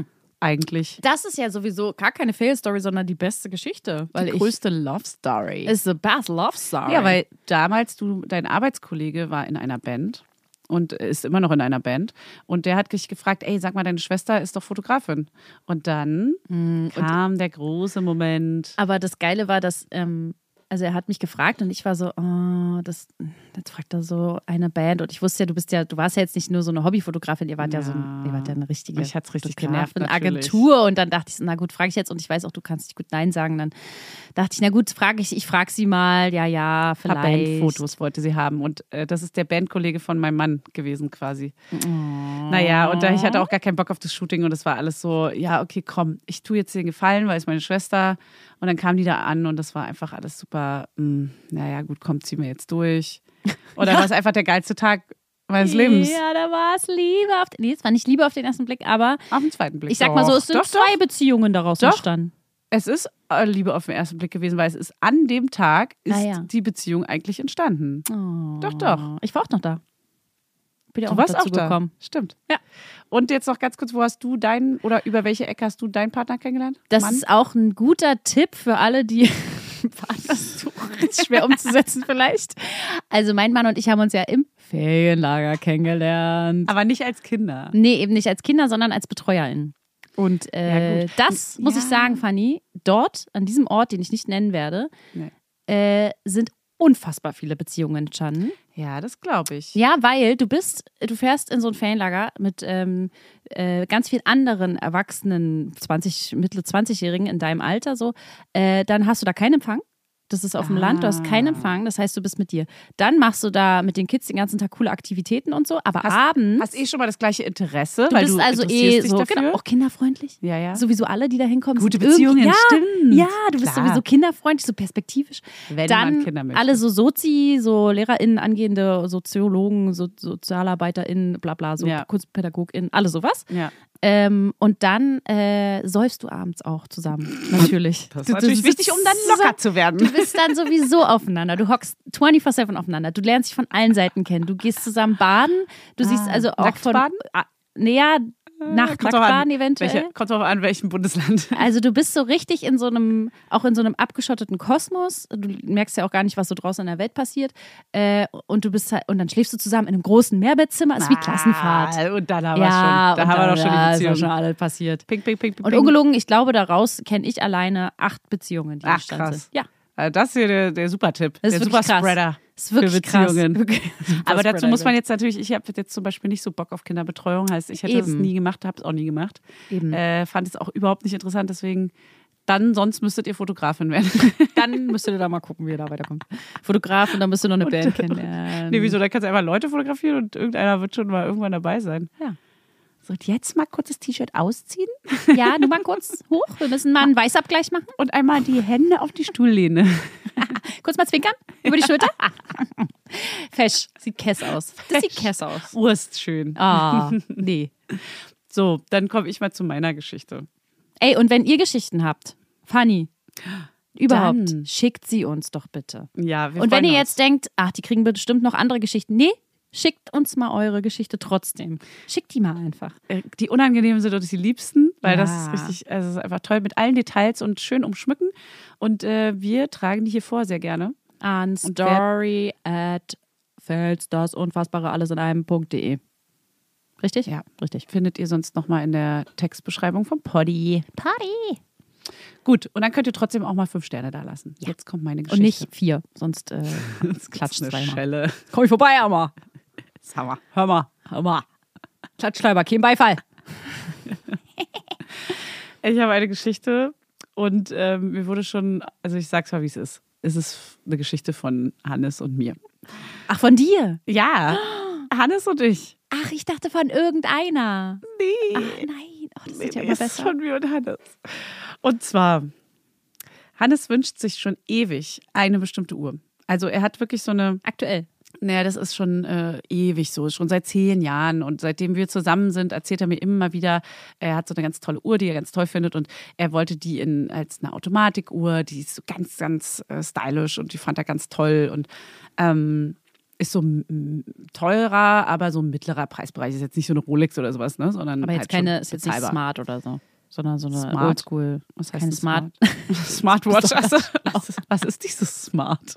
eigentlich.
Das ist ja sowieso gar keine Fail-Story, sondern die beste Geschichte. Weil
Die
ich,
größte Love-Story.
ist the best love story.
Ja, weil damals du, dein Arbeitskollege war in einer Band und ist immer noch in einer Band und der hat dich gefragt, ey, sag mal, deine Schwester ist doch Fotografin. Und dann
Mm,
kam und der große Moment.
Aber das Geile war, dass, ähm, also er hat mich gefragt und ich war so, oh, das, jetzt fragt er so eine Band und ich wusste ja, du bist ja, du warst ja jetzt nicht nur so eine Hobbyfotografin, ihr wart ja, ja so, ein, ihr wart ja eine richtige
mich hat's richtig genervt,
Agentur und dann dachte ich so, na gut, frage ich jetzt und ich weiß auch, du kannst nicht gut Nein sagen, dann dachte ich, na gut, frage ich, ich frage sie mal, ja, ja, vielleicht.
Bandfotos wollte sie haben und äh, das ist der Bandkollege von meinem Mann gewesen quasi.
Oh.
Naja, und da, ich hatte auch gar keinen Bock auf das Shooting und es war alles so, ja, okay, komm, ich tue jetzt den Gefallen, weil es meine Schwester und dann kam die da an und das war einfach alles super, mh, naja, gut, komm, zieh mir jetzt durch. Und dann
Ja.
war es einfach der geilste Tag meines Lebens.
Ja, da war es Liebe auf den, nee, es war nicht Liebe auf den ersten Blick, aber
Auf den zweiten Blick.
ich sag mal so, es sind
doch,
zwei
doch.
Beziehungen daraus
Doch.
entstanden.
Es ist äh, Liebe auf den ersten Blick gewesen, weil es ist an dem Tag ist
Ah, ja.
die Beziehung eigentlich entstanden.
Oh.
Doch, doch.
Ich war auch noch da. Bin ja
Du
auch noch
warst
dazu
auch da.
gekommen.
Stimmt.
Ja.
Und jetzt noch ganz kurz, wo hast du deinen oder über welche Ecke hast du deinen Partner kennengelernt?
Das
Mann?
ist auch ein guter Tipp für alle, die Partner suchen. Ist schwer umzusetzen vielleicht. Also mein Mann und ich haben uns ja im Ferienlager kennengelernt.
Aber nicht als Kinder.
Nee, eben nicht als Kinder, sondern als BetreuerInnen. Und äh,
Ja, gut.
das muss
Ja.
ich sagen, Fanny, dort, an diesem Ort, den ich nicht nennen werde,
Nee.
äh, sind unfassbar viele Beziehungen entstanden.
Ja, das glaube ich.
Ja, weil du bist, du fährst in so ein Ferienlager mit ähm, äh, ganz vielen anderen erwachsenen zwanzig, mittel zwanzigjährigen in deinem Alter so. Äh, dann hast du da keinen Empfang. Das ist auf dem
Ah.
Land, du hast keinen Empfang, das heißt, du bist mit dir. Dann machst du da mit den Kids den ganzen Tag coole Aktivitäten und so, aber
Hast-
abends.
Hast eh schon mal das gleiche Interesse,
du
weil
bist
du
also eh
interessierst dich
so,
dafür.
genau, auch kinderfreundlich.
Ja, ja.
Sowieso alle, die da hinkommen.
Gute
sind irgendwie-
Beziehungen,
ja,
stimmt.
Ja, du bist
Klar.
sowieso kinderfreundlich, so perspektivisch.
Wenn
Dann
man Kinder möchte.
alle so Sozi, so LehrerInnen, angehende Soziologen, so, SozialarbeiterInnen, bla bla, so
Ja.
KunstpädagogInnen, alle sowas.
Ja.
Ähm, und dann äh, säufst du abends auch zusammen, natürlich.
Das ist
Du- du
natürlich
sitzt
wichtig, um dann locker zu werden.
Du bist dann sowieso aufeinander. Du hockst vierundzwanzig sieben aufeinander. Du lernst dich von allen Seiten kennen. Du gehst zusammen baden. Du siehst also auch
Nacktbaden?
von... Ah, näher nach
Kommt drauf an,
Nacktbaden eventuell.
Welche, kommt drauf an, welchem Bundesland.
Also du bist so richtig in so einem, auch in so einem abgeschotteten Kosmos. Du merkst ja auch gar nicht, was so draußen in der Welt passiert. Äh, und du bist halt, und dann schläfst du zusammen in einem großen Mehrbettzimmer. Ist wie Klassenfahrt.
Ah, und dann haben wir
Ja,
schon, da
und
haben wir
dann-
doch schon
ja,
die
ist doch
Beziehung.
schon alles passiert.
Ping, ping, ping, ping,
Und
ping.
ungelogen, ich glaube, daraus kenne ich alleine acht Beziehungen, die
Ach,
entstanden
krass.
sind. Ja,
Also das ist hier der, der Super-Tipp.
das ist
Der
wirklich krass.
Super-Spreader.
Das ist wirklich
für Beziehungen.
krass. Wirklich super
Aber dazu
Spreader
muss man
Event.
jetzt natürlich, ich habe jetzt zum Beispiel nicht so Bock auf Kinderbetreuung, heißt, ich hätte das
Eben.
nie gemacht, habe es auch nie gemacht.
Eben.
Äh, fand es auch überhaupt nicht interessant, deswegen dann, sonst müsstet ihr Fotografin werden.
Dann müsst ihr da mal gucken, wie ihr da weiterkommt. Fotograf und dann müsst ihr noch eine Band kennenlernen.
Nee, wieso? Da kannst du einfach Leute fotografieren und irgendeiner wird schon mal irgendwann dabei sein.
Ja.
So, und jetzt mal kurz das T-Shirt ausziehen
Ja, nur mal kurz hoch. Wir müssen mal einen Weißabgleich machen.
und einmal die Hände auf die Stuhllehne.
Kurz mal zwinkern über die Schulter. Fesch. Sieht kess aus. Das sieht kess aus.
Urst schön.
Ah, nee.
So, dann komme ich mal zu meiner Geschichte.
Ey, und wenn ihr Geschichten habt, Fanny, überhaupt,
Dann.
schickt sie uns doch bitte.
Ja, wir
Und wenn
freuen
ihr
uns.
jetzt denkt, ach, die kriegen bestimmt noch andere Geschichten. Nee, schickt uns mal eure Geschichte trotzdem. Schickt die mal einfach.
Äh, Die unangenehmen sind uns die liebsten, weil das
Ja.
ist richtig, also es ist einfach toll mit allen Details und schön umschmücken. Und äh, wir tragen die hier vor sehr gerne.
An
Und wer-
story at fels das unfassbare alles in einem.de. Richtig?
Ja.
Richtig.
Findet ihr sonst nochmal in der Textbeschreibung vom Poddy.
Party!
Gut, und dann könnt ihr trotzdem auch mal fünf Sterne da lassen. Jetzt kommt meine
Und
Geschichte.
nicht vier, sonst äh, klatscht
eine
zweimal.
Schelle.
Komm ich vorbei, Hammer.
Sauer.
Hör mal, hör mal. Klatschschleiber, kein Beifall.
Ich habe eine Geschichte und ähm, mir wurde schon, also ich sag's mal, wie es ist. Es ist eine Geschichte von Hannes und mir.
Ach, von dir?
Ja, Hannes und ich.
Ach, ich dachte von irgendeiner.
Nee.
Ach nein, oh, das
Nee,
ist ja
nee,
immer
es ist
besser.
von mir und Hannes. Und zwar, Hannes wünscht sich schon ewig eine bestimmte Uhr. Also er hat wirklich so eine,
Aktuell.
naja, das ist schon äh, ewig so, schon seit zehn Jahren. Und seitdem wir zusammen sind, erzählt er mir immer wieder, er hat so eine ganz tolle Uhr, die er ganz toll findet. Und er wollte die in, als eine Automatikuhr, die ist so ganz, ganz äh, stylisch und die fand er ganz toll. Und ähm, ist so m- teurer, aber so ein mittlerer Preisbereich. Ist jetzt nicht so eine Rolex oder sowas, ne? Sondern
Aber jetzt
halt
keine,
schon
ist jetzt nicht
bezahlbar.
smart oder so. sondern so eine
Smart.
Oldschool.
Was heißt
Keine
das
Smart.
Smartwatch. Also, was, was ist dieses Smart?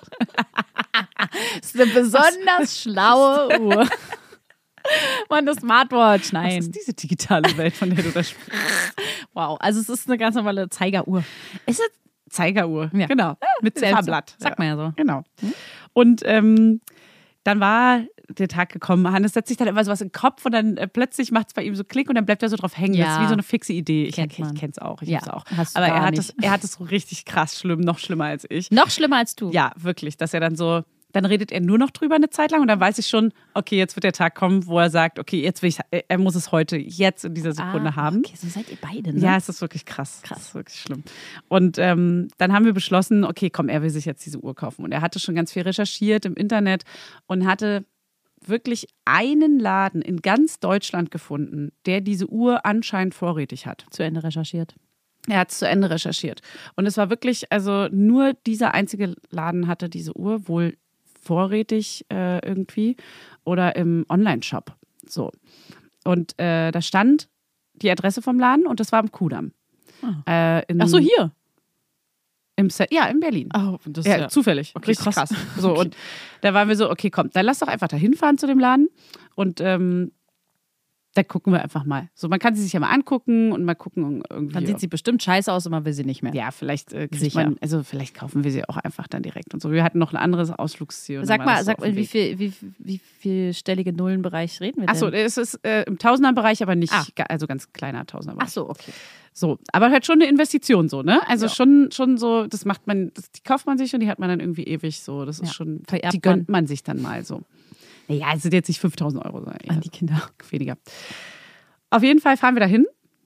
Das ist eine besonders schlaue Uhr. Mann, eine Smartwatch. Nein.
Was ist diese digitale Welt, von der du da sprichst?
Wow. Also es ist eine ganz normale Zeigeruhr.
Ist es Zeigeruhr?
Ja.
Genau. Mit Zifferblatt.
Sagt man ja so.
Genau. Und ähm, dann war der Tag gekommen. Hannes setzt sich dann immer sowas in den Kopf und dann äh, plötzlich macht es bei ihm so Klick und dann bleibt er so drauf hängen.
Ja.
Das ist wie so eine fixe Idee. Ich,
Kennt
ich,
man.
ich kenn's auch. Ich
Ja,
hab's auch.
hast du
Aber
gar
er hat,
nicht.
das, er hat es so richtig krass schlimm, noch schlimmer als ich.
Noch schlimmer als du.
Ja, wirklich. Dass er dann so, dann redet er nur noch drüber eine Zeit lang und dann weiß ich schon, okay, jetzt wird der Tag kommen, wo er sagt, okay, jetzt will ich, er muss es heute, jetzt in dieser Sekunde
ah,
haben.
Okay, so seid ihr beide, ne?
Ja, es ist wirklich krass. Krass. Es ist wirklich schlimm. Und ähm, dann haben wir beschlossen, okay, komm, er will sich jetzt diese Uhr kaufen. Und er hatte schon ganz viel recherchiert im Internet und hatte wirklich einen Laden in ganz Deutschland gefunden, der diese Uhr anscheinend vorrätig hat.
Zu Ende recherchiert.
Er hat es zu Ende recherchiert. Und es war wirklich, also nur dieser einzige Laden hatte diese Uhr, wohl vorrätig äh, irgendwie oder im Online-Shop. So. Und äh, da stand die Adresse vom Laden und das war am Kudamm.
Ah.
Äh, in,
Ach so, hier.
Im Se- ja, in Berlin.
Oh, das
Ja, ja, zufällig.
Okay,
Richtig
krass.
krass. So,
Okay.
und da waren wir so, okay, komm, dann lass doch einfach da hinfahren zu dem Laden und ähm, da gucken wir einfach mal. So, man kann sie sich ja mal angucken und mal gucken irgendwie.
Dann sieht sie bestimmt scheiße aus und man will sie nicht mehr.
ja, vielleicht äh, kriegt
Sicher.
man, also vielleicht kaufen wir sie auch einfach dann direkt und so. Wir hatten noch ein anderes Ausflugsziel. und dann
Sag
war
mal,
das so
sag
auf dem
mal, wie
Weg.
viel, wie, wie viel stellige Nullenbereich reden wir denn?
Achso, es ist äh, im Tausenderbereich, aber nicht,
Ah.
ga- also ganz kleiner Tausenderbereich.
Ach so, okay.
So, aber halt schon eine Investition so, ne? Also
Ja.
schon, schon so, das macht man, das, die kauft man sich und die hat man dann irgendwie ewig so. Das ist
Ja.
schon,
Vererbt
die gönnt man sich dann mal so. Naja, es sind jetzt nicht fünftausend Euro, sondern eher
An die Kinder.
weniger. Auf jeden Fall fahren wir dahin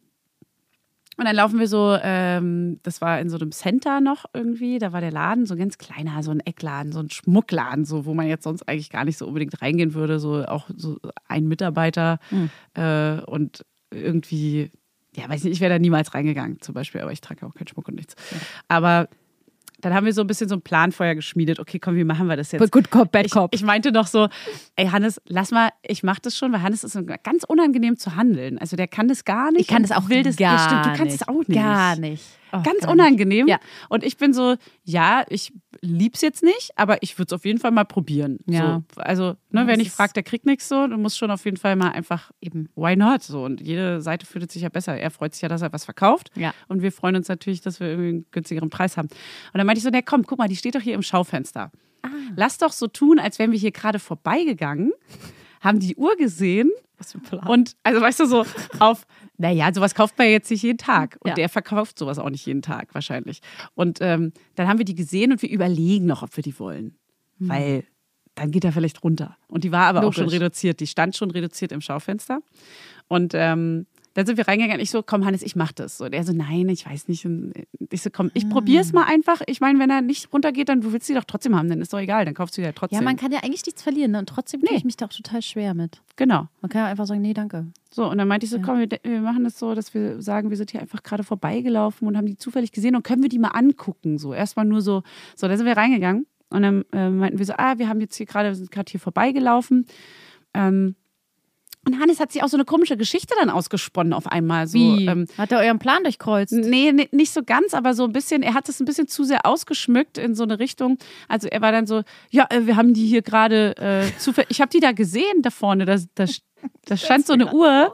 und dann laufen wir so, ähm, das war in so einem Center noch irgendwie, da war der Laden, so ein ganz kleiner, so ein Eckladen, so ein Schmuckladen, so, wo man jetzt sonst eigentlich gar nicht so unbedingt reingehen würde, so auch so ein Mitarbeiter
Mhm.
äh, und irgendwie, ja, weiß nicht, ich wäre da niemals reingegangen zum Beispiel, aber ich trage auch keinen Schmuck und nichts. Aber dann haben wir so ein bisschen so einen Plan vorher geschmiedet. Okay, komm, wie machen wir das jetzt?
Good Cop, Bad
Ich,
Cop.
ich meinte noch so, ey Hannes, lass mal, ich mach das schon, weil Hannes ist ganz unangenehm zu handeln. Also der kann das gar nicht.
Ich kann
und
das auch
will das,
gar
ja, stimmt, du kannst
nicht.
es auch nicht.
Gar nicht. Oh,
Ganz
gar
unangenehm.
Ja.
Und ich bin so, ja, ich lieb's jetzt nicht, aber ich würde es auf jeden Fall mal probieren.
Ja.
So, also, ne,
Ja,
wer
das
nicht
ist-
fragt, der kriegt nichts so. Du musst schon auf jeden Fall mal einfach,
Eben.
why not? So. Und jede Seite fühlt sich ja besser. Er freut sich ja, dass er was verkauft.
Ja.
Und wir freuen uns natürlich, dass wir irgendwie einen günstigeren Preis haben. Und dann meinte ich so, na komm, guck mal, die steht doch hier im Schaufenster.
Ah.
Lass doch so tun, als wären wir hier gerade vorbeigegangen, haben die Uhr gesehen
Was für ein Plan.
und, also weißt du, so auf, naja, sowas kauft man jetzt nicht jeden Tag. Und
Ja.
der verkauft sowas auch nicht jeden Tag wahrscheinlich. Und ähm, dann haben wir die gesehen und wir überlegen noch, ob wir die wollen. Weil dann geht er vielleicht runter. Und die war aber auch schon
Logisch.
reduziert. Die stand schon reduziert im Schaufenster. Und ähm, dann sind wir reingegangen. Ich so, komm Hannes, ich mach das. Und er so, nein, ich weiß nicht. Und ich so, komm, ich probier's mal einfach. Ich meine, wenn er nicht runtergeht, dann du willst sie doch trotzdem haben. Dann ist doch egal, dann kaufst du sie ja trotzdem.
Ja, man kann ja eigentlich nichts verlieren, ne? Und trotzdem tue
Nee.
ich mich da auch total schwer mit.
Genau.
Man kann ja einfach sagen, nee, danke.
So, und dann meinte ich so,
Ja.
komm, wir, wir machen das so, dass wir sagen, wir sind hier einfach gerade vorbeigelaufen und haben die zufällig gesehen und können wir die mal angucken. So, erstmal nur so, so, da sind wir reingegangen und dann äh, meinten wir so, ah, wir haben jetzt hier gerade, wir sind gerade hier vorbeigelaufen. Ähm, und Hannes hat sich auch so eine komische Geschichte dann ausgesponnen auf einmal. So,
Wie?
Ähm,
Hat er euren Plan durchkreuzt?
Nee, nee, nicht so ganz, aber so ein bisschen, er hat es ein bisschen zu sehr ausgeschmückt in so eine Richtung. Also er war dann so, ja, äh, wir haben die hier gerade äh, zufällig, ich habe die da gesehen da vorne, da, da, da stand so eine Uhr.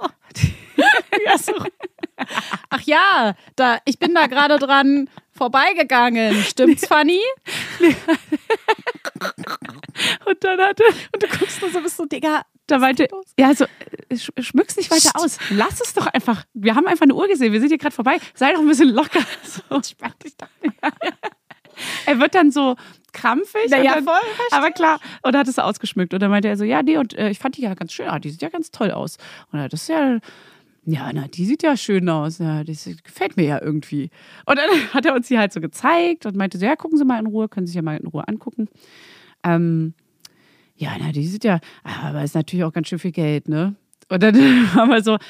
Ja, so. Ach ja, da, ich bin da gerade dran vorbeigegangen. Stimmt's, Fanny?
Und dann hatte,
Und du guckst nur so, bist so, Digga.
da meinte, ja, so, äh, sch- schmück's nicht weiter aus. Lass es doch einfach. Wir haben einfach eine Uhr gesehen, wir sind hier gerade vorbei. Sei doch ein bisschen locker. So.
Spann dich doch.
Er wird dann so krampfig.
Na
und
ja,
dann,
voll, verstehe
aber klar. Und dann hat es ausgeschmückt. Und dann meinte er so, ja, nee, und äh, ich fand die ja ganz schön. Ah, die sieht ja ganz toll aus. Und er, das ist ja, ja, na, die sieht ja schön aus. Ja, das gefällt mir ja irgendwie. Und dann hat er uns die halt so gezeigt und meinte so, ja, gucken Sie mal in Ruhe, können Sie sich ja mal in Ruhe angucken. Ähm, ja, na, die sieht ja, aber ist natürlich auch ganz schön viel Geld, ne? Und dann waren wir so,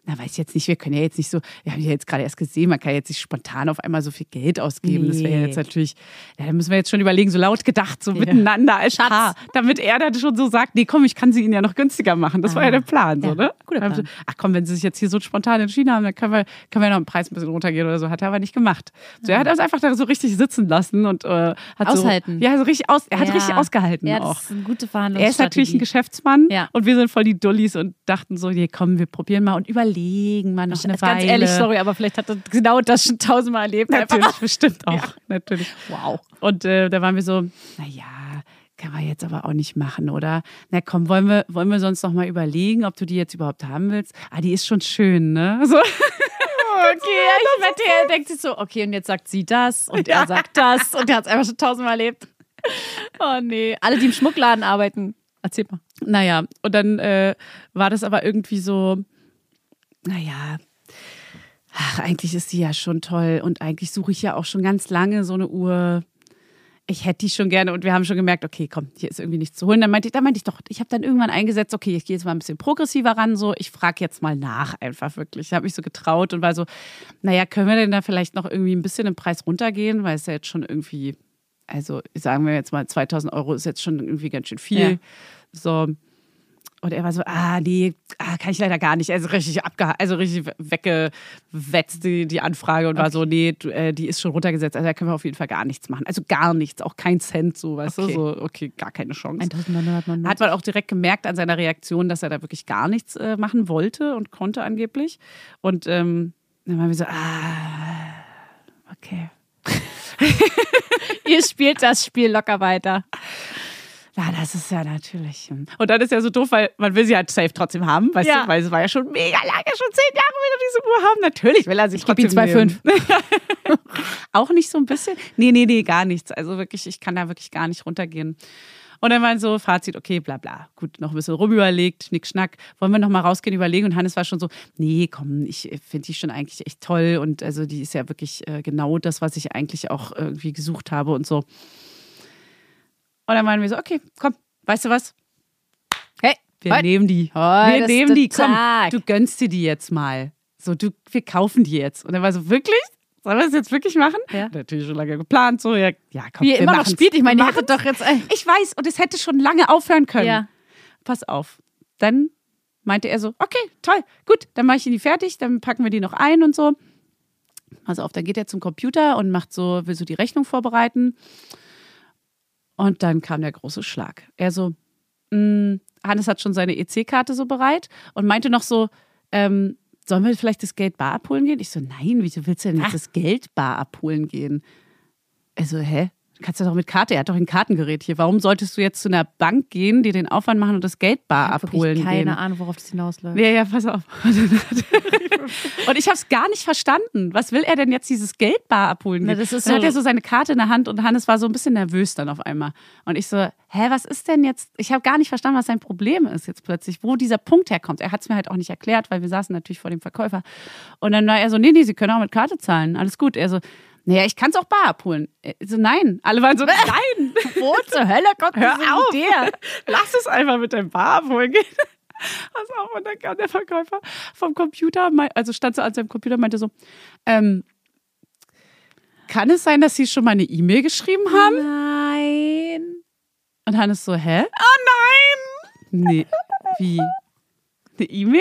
na weiß ich jetzt nicht, wir können ja jetzt nicht so, wir haben ja jetzt gerade erst gesehen, man kann jetzt nicht spontan auf einmal so viel Geld ausgeben. Nee. Das wäre jetzt natürlich, ja, da müssen wir jetzt schon überlegen, so laut gedacht, so ja. miteinander als
Schatz.
Paar, damit er dann schon so sagt, nee, komm, ich kann sie ihnen ja noch günstiger machen. Das ah. war ja der Plan, so, ja. ne? Guter Plan. So, ach komm, wenn sie sich jetzt hier so spontan entschieden haben, dann können wir, können wir noch im Preis ein bisschen runtergehen oder so. Hat er aber nicht gemacht. So, er hat das einfach da so richtig sitzen lassen und äh, hat
aushalten.
So, ja, so richtig aus, er hat
ja.
richtig ausgehalten
ja,
auch.
Das ist eine gute Verhandlungsstrategie.
Er ist natürlich ein Geschäftsmann
ja.
und wir sind voll die Dullis und dachten so, nee, komm, wir probieren mal und überlegen mal noch eine
Ganz
Weile.
Ganz ehrlich, sorry, aber vielleicht hat er genau das schon tausendmal erlebt.
Natürlich, einfach. Bestimmt auch. Ja. Natürlich.
Wow.
Und äh, da waren wir so, naja, kann man jetzt aber auch nicht machen, oder? Na komm, wollen wir, wollen wir sonst noch mal überlegen, ob du die jetzt überhaupt haben willst? Ah, die ist schon schön, ne? So.
Okay, ich wette, er denkt sich so, okay, und jetzt sagt sie das und ja. er sagt das und er hat es einfach schon tausendmal erlebt. Oh nee, alle, die im Schmuckladen arbeiten. Erzähl mal.
Naja, und dann äh, war das aber irgendwie so, naja, ach, eigentlich ist sie ja schon toll und eigentlich suche ich ja auch schon ganz lange so eine Uhr. Ich hätte die schon gerne und wir haben schon gemerkt, okay, komm, hier ist irgendwie nichts zu holen. Dann meinte ich, dann meinte ich doch, ich habe dann irgendwann eingesetzt, okay, ich gehe jetzt mal ein bisschen progressiver ran, so, ich frage jetzt mal nach einfach wirklich. Ich habe mich so getraut und war so, naja, können wir denn da vielleicht noch irgendwie ein bisschen im Preis runtergehen, weil es ja jetzt schon irgendwie, also sagen wir jetzt mal, zweitausend Euro ist jetzt schon irgendwie ganz schön viel. Ja. So. Und er war so, ah, nee, ah, kann ich leider gar nicht. Also richtig abgeha- also richtig weggewetzt die, die Anfrage und okay. war so, nee, du, äh, die ist schon runtergesetzt. Also da können wir auf jeden Fall gar nichts machen. Also gar nichts, auch kein Cent, so, weißt okay. du, so, okay, gar keine Chance.
eintausendneunhundert
Hat man auch direkt gemerkt an seiner Reaktion, dass er da wirklich gar nichts äh, machen wollte und konnte angeblich. Und ähm, dann waren wir so, ah, okay.
Ihr spielt das Spiel locker weiter.
Ja, das ist ja natürlich. Und dann ist ja so doof, weil man will sie halt safe trotzdem haben, weißt
ja.
du, weil es war ja schon mega lange, schon zehn Jahre will er diese Uhr haben. Natürlich will er sie
ich
trotzdem
zwei Komma fünf.
Auch nicht so ein bisschen? Nee, nee, nee, gar nichts. Also wirklich, ich kann da wirklich gar nicht runtergehen. Und dann war so Fazit, okay, bla bla. Gut, noch ein bisschen rumüberlegt, schnick, schnack. Wollen wir noch mal rausgehen, überlegen? Und Hannes war schon so, nee, komm, ich finde die schon eigentlich echt toll. Und also die ist ja wirklich äh, genau das, was ich eigentlich auch irgendwie gesucht habe und so. Und dann meinen wir so, okay, komm, weißt du was?
Hey,
wir
heute,
nehmen die. Wir nehmen die, komm, Tag. Du gönnst dir die jetzt mal. So, du, wir kaufen die jetzt. Und dann war so, wirklich? Sollen wir das jetzt wirklich machen?
Ja.
Natürlich schon lange geplant, so, ja, ja komm,
wie ihr
wir
immer noch spielt, ich meine, ihr hättet doch jetzt... Ey.
Ich weiß, und es hätte schon lange aufhören können.
Ja.
Pass auf. Dann meinte er so, okay, toll, gut, dann mache ich die fertig, dann packen wir die noch ein und so. Also auf, dann geht er zum Computer und macht so, will so die Rechnung vorbereiten. Und dann kam der große Schlag. Er so, mh, Hannes hat schon seine E C-Karte so bereit und meinte noch so, ähm, sollen wir vielleicht das Geld bar abholen gehen? Ich so, nein, wieso willst du denn jetzt das Geld bar abholen gehen? Er so, hä? Du kannst ja doch mit Karte, er hat doch ein Kartengerät hier. Warum solltest du jetzt zu einer Bank gehen, dir den Aufwand machen und das Geld bar
ich hab
abholen
keine
gehen?
Keine Ahnung, worauf das hinausläuft.
Ja, ja, pass auf. Und ich habe es gar nicht verstanden. Was will er denn jetzt dieses Geld bar abholen gehen?
Na, das ist
dann
so
hat er so seine Karte in der Hand und Hannes war so ein bisschen nervös dann auf einmal. Und ich so, hä, was ist denn jetzt? Ich habe gar nicht verstanden, was sein Problem ist jetzt plötzlich, wo dieser Punkt herkommt. Er hat es mir halt auch nicht erklärt, weil wir saßen natürlich vor dem Verkäufer. Und dann war er so, nee, nee, Sie können auch mit Karte zahlen. Alles gut. Er so, naja, ich kann es auch bar abholen. So, nein. Alle waren so, nein.
Wo zur Hölle kommt
Hör
diese
auf.
Idee?
Lass es einfach mit dem Bar abholen gehen. Pass auf. Und dann kam der Verkäufer vom Computer, also stand so an seinem Computer und meinte so, ähm, kann es sein, dass Sie schon mal eine E-Mail geschrieben haben?
Nein.
Und Hannes so, hä?
Oh nein.
Nee, wie? Eine E-Mail?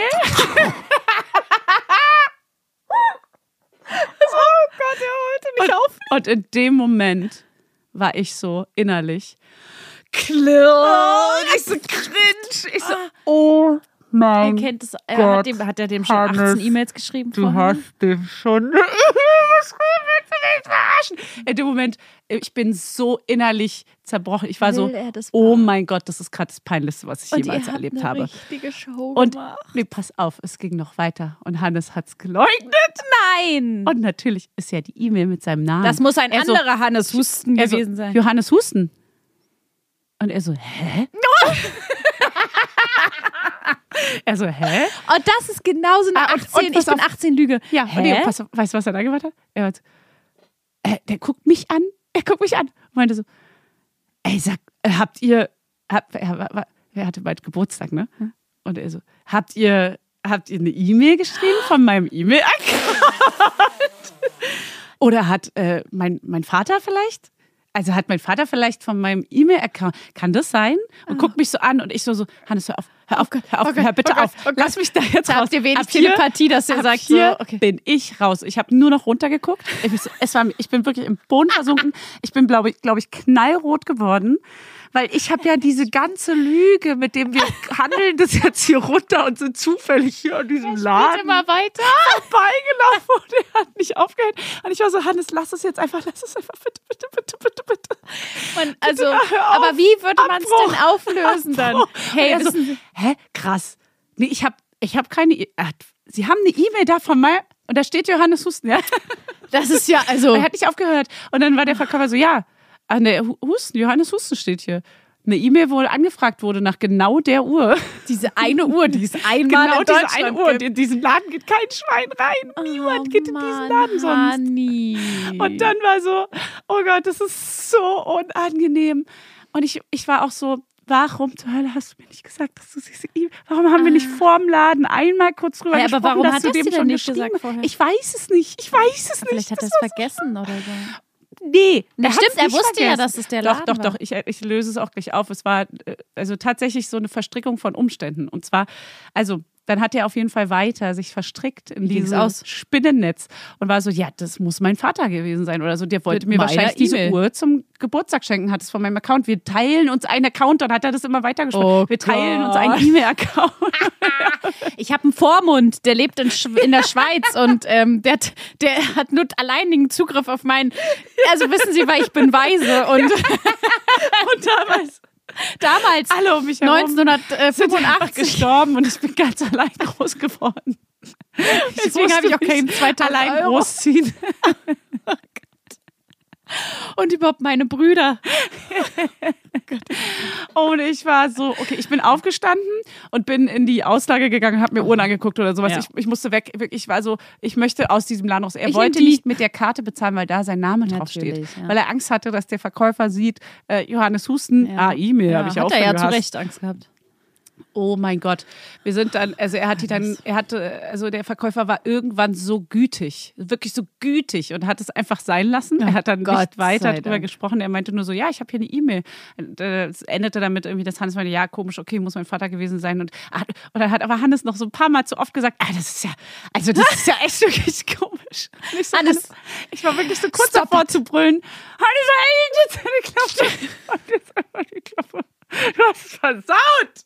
Oh Gott, er holte mich
und,
auf.
Und in dem Moment war ich so innerlich klirr.
Oh,
ich so cringe. Ich so, oh mein
er kennt es, er
Gott.
Hat, dem, hat er dem schon
Hannes,
achtzehn E-Mails geschrieben
Du
vorher?
hast dem schon verarschen. In dem Moment, ich bin so innerlich zerbrochen. Ich war
Will
so,
er das
oh
machen?
mein Gott, das ist gerade das Peinlichste, was ich
Und
jemals
ihr habt
erlebt
eine
habe.
richtige Show
Und
gemacht.
nee, pass auf, es ging noch weiter. Und Hannes hat es geleugnet.
Nein.
Und natürlich ist ja die E-Mail mit seinem Namen.
Das muss ein
Er so,
anderer Hannes Husten
er so,
gewesen sein.
Johannes Husten. Und er so, hä? Er so, hä?
Und das ist genauso eine
Ah, und-
achtzehn,
und pass
ich bin
auf.
achtzehn Lüge.
Ja,
Hä?
und nee, pass auf, weißt du, was er da gemacht hat? Er hat, äh, der guckt mich an, er guckt mich an und meinte so, ey, sag, äh, habt ihr, hab, er, war- er hatte bald Geburtstag, ne? Und er so, habt ihr, habt ihr eine E-Mail geschrieben von meinem E-Mail-Account? Oder hat äh, mein, mein Vater vielleicht? Also hat mein Vater vielleicht von meinem E-Mail-Account, kann das sein? Und guckt mich so an und ich so, so Hannes, hör auf, hör auf, hör auf, hör bitte auf. Lass mich da jetzt
Da
raus.
habt ihr wenig
Ab hier-
Telepathie, dass ihr
ab
sagt,
hier
so, okay.
bin ich raus. Ich habe nur noch runtergeguckt. Ich, bin so- es war, ich bin wirklich im Boden versunken. Ich bin, glaube ich, glaube ich, knallrot geworden. Weil ich habe ja diese ganze Lüge, mit dem wir handeln das jetzt hier runter und sind zufällig hier in diesem Laden
immer weiter.
vorbeigelaufen und er hat nicht aufgehört. Und ich war so, Hannes, lass es jetzt einfach, lass es einfach, bitte, bitte, bitte, bitte, bitte.
Man, also,
Bitte, hör auf.
aber wie würde man es
Abbruch.
denn auflösen dann?
Abbruch.
Hey,
Und er so,
wissen Sie,
hä, krass. Nee, ich habe ich hab keine, E- er hat, Sie haben eine E-Mail da von mir und da steht Johannes Husten, ja.
das ist ja, also,
Er hat nicht aufgehört. Und dann war der Verkäufer so, ja, ah, ne, Husten, Johannes Husten steht hier. Eine E-Mail, wo angefragt wurde nach genau der Uhr.
diese eine Uhr, die es einmal
Genau
in
diese
Deutschland
eine Uhr.
gibt.
In diesen Laden geht kein Schwein rein. Niemand geht in diesen Laden sonst.
Honey.
Und dann war so, oh Gott, das ist so unangenehm. Und ich, ich war auch so, warum zur Hölle hast du mir nicht gesagt, dass du diese E-Mail, warum haben wir nicht vorm Laden einmal kurz drüber
Hey, aber
gesprochen,
warum
dass
hat
du
er
dem
es dir
schon
denn nicht
geschrieben
gesagt vorher?
Ich weiß es nicht, ich weiß es nicht.
Vielleicht hat er
Das
es
war
vergessen oder so.
so, nee,
Na,
hat's
stimmt, er
nicht
wusste ja,
vergessen.
dass es der
Doch,
Laden
doch,
war.
doch, ich, ich löse es auch gleich auf. Es war äh, also tatsächlich so eine Verstrickung von Umständen. Und zwar, also dann hat er auf jeden Fall weiter sich verstrickt in
ging's
dieses
aus?
Spinnennetz und war so, ja, das muss mein Vater gewesen sein oder so. Der wollte
Mit
mir
meiner
wahrscheinlich diese
E-Mail.
Uhr zum Geburtstag schenken, hat es von meinem Account. Wir teilen uns einen Account, dann hat er das immer weitergesprochen.
Oh
Wir teilen
Gott.
uns einen E-Mail-Account.
Ich habe einen Vormund, der lebt in, Sch- in der Schweiz und ähm, der, hat- der hat nur alleinigen Zugriff auf meinen. Also wissen Sie, weil ich bin weise und
Und damals
damals
alle um mich herum sind einfach
neunzehnhundertfünfundachtzig.
gestorben und ich bin ganz allein groß geworden.
Deswegen habe ich auch keinen zweitausend
allein
Euro.
großziehen.
Und überhaupt meine Brüder.
Und ich war so, okay, ich bin aufgestanden und bin in die Auslage gegangen, habe mir Uhren angeguckt oder sowas.
Ja.
Ich, ich musste weg. Wirklich, ich war so, ich möchte aus diesem Laden raus. Er
Ich
wollte
nehm die.
nicht mit der Karte bezahlen, weil da sein Name draufsteht.
Natürlich, ja.
Weil er Angst hatte, dass der Verkäufer sieht, äh, Johannes Husten,
Ja.
ah, E-Mail,
Ja,
habe ich
hat
auch
er
schon
ja zu
gehasst.
Recht Angst gehabt.
Oh mein Gott. Wir sind dann, also er hat die dann, er hatte, also der Verkäufer war irgendwann so gütig, wirklich so gütig und hat es einfach sein lassen. Er hat dann
Gott
nicht weiter
sei
drüber
Dank.
gesprochen. Er meinte nur so, ja, ich habe hier eine E-Mail. Und, äh, Es endete damit irgendwie, dass Hannes meinte, ja, komisch, okay, muss mein Vater gewesen sein. Und, ah, und dann hat aber Hannes noch so ein paar Mal zu oft gesagt, ah, das ist ja, also das ist ja echt wirklich komisch. Und ich so,
Hannes,
ich war wirklich so kurz
stop
davor zu brüllen. Hannes, ey, jetzt eine Klappe. Und jetzt einfach die Klappe. Du hast es versaut.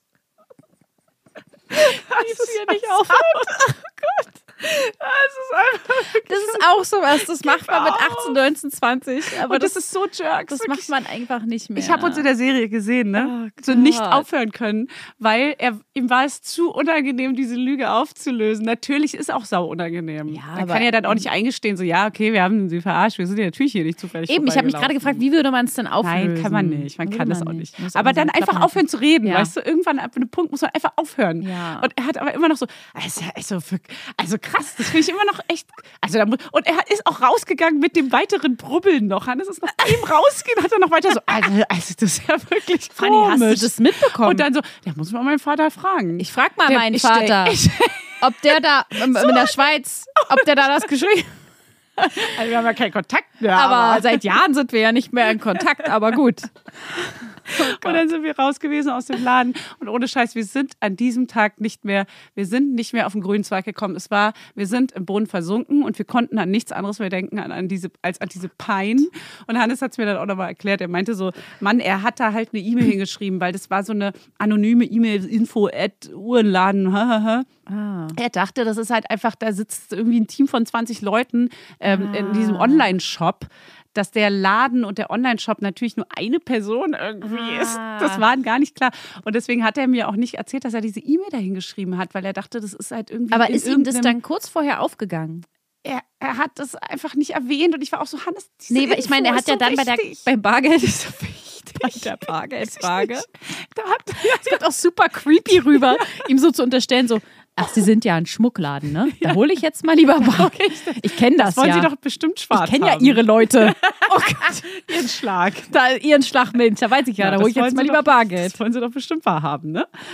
Die ist hier nicht auf.
Oh Gott. Das ist einfach wirklich
Das ist auch sowas, das macht man mit achtzehn, neunzehn, zwanzig. Aber
und das,
das,
ist so jerks.
das
wirklich.
macht man einfach nicht mehr.
Ich habe uns in der Serie gesehen, ne?
Oh
so nicht
Gott.
aufhören können, weil er, ihm war es zu unangenehm, diese Lüge aufzulösen. Natürlich ist auch sau unangenehm.
Ja,
Man
aber-
kann ja dann auch nicht eingestehen, so ja, okay, wir haben sie verarscht, wir sind ja natürlich hier nicht zufällig
Eben, ich habe mich gerade
vorbeigelaufen.
gefragt, wie würde man es denn auflösen?
Nein, kann man nicht. Man
Würde
kann das
man
auch nicht.
Muss
Aber
immer so
dann
einen
einfach
Klappen
aufhören zu reden,
Ja.
weißt du? Irgendwann ab einem Punkt muss man einfach aufhören.
Ja.
Und er hat aber immer noch so, also, also, für- also krass, das finde ich immer noch echt. Also da muss, und er hat- ist auch rausgegangen mit dem weiteren Brubbeln noch. Hannes ist noch eben rausgehen, hat er noch weiter so, also, also das ist ja wirklich
Fanny,
komisch.
hast du das mitbekommen?
Und dann so, da muss man meinen Vater fragen.
Ich frag mal
Der-
meinen
ich stell-
Vater,
ich-
ob der da ähm, in der Schweiz, ob der da das geschrieben hat.
Also wir haben ja keinen Kontakt mehr.
Aber seit Jahren sind wir ja nicht mehr in Kontakt, aber gut.
Und dann sind wir raus gewesen aus dem Laden. Und ohne Scheiß, wir sind an diesem Tag nicht mehr, wir sind nicht mehr auf den grünen Zweig gekommen. Es war, wir sind im Boden versunken und wir konnten an nichts anderes mehr denken an, an diese, als an diese Pein. Und Hannes hat es mir dann auch nochmal erklärt. Er meinte so, Mann, er hat da halt eine E-Mail hingeschrieben, weil das war so eine anonyme E-Mail, info at Uhrenladen.
Ah.
Er dachte, das ist halt einfach, da sitzt irgendwie ein Team von zwanzig Leuten ähm, in diesem
Ah.
Online-Shop, dass der Laden und der Online-Shop natürlich nur eine Person irgendwie
Ah.
ist. Das war gar nicht klar. Und deswegen hat er mir auch nicht erzählt, dass er diese E-Mail dahin geschrieben hat, weil er dachte, das ist halt irgendwie.
Aber
in
ist ihm das
irgendeinem-
dann kurz vorher aufgegangen?
Er, er hat das einfach nicht erwähnt und ich war auch so, Hannes, diese
Nee, weil ich meine, er
Info
hat ja
ist so
dann bei der,
wichtig.
beim Bargeld
so wichtig.
bei der Bargeldfrage.
Da hat,
Es kommt auch super creepy rüber, ihm so zu unterstellen, so, ach, Sie sind ja ein Schmuckladen, ne? Da hole ich jetzt mal lieber Bargeld. Ich kenne das,
das wollen
ja.
Sie doch bestimmt schwarz
ich kenne ja
haben.
Ihre Leute. Oh Gott.
Ihren Schlag.
Da, ihren Schlag, Mensch, da weiß ich ja, da
das
hole ich
wollen
jetzt mal
Sie
lieber
doch,
Bargeld.
Das wollen Sie doch bestimmt wahrhaben, ne?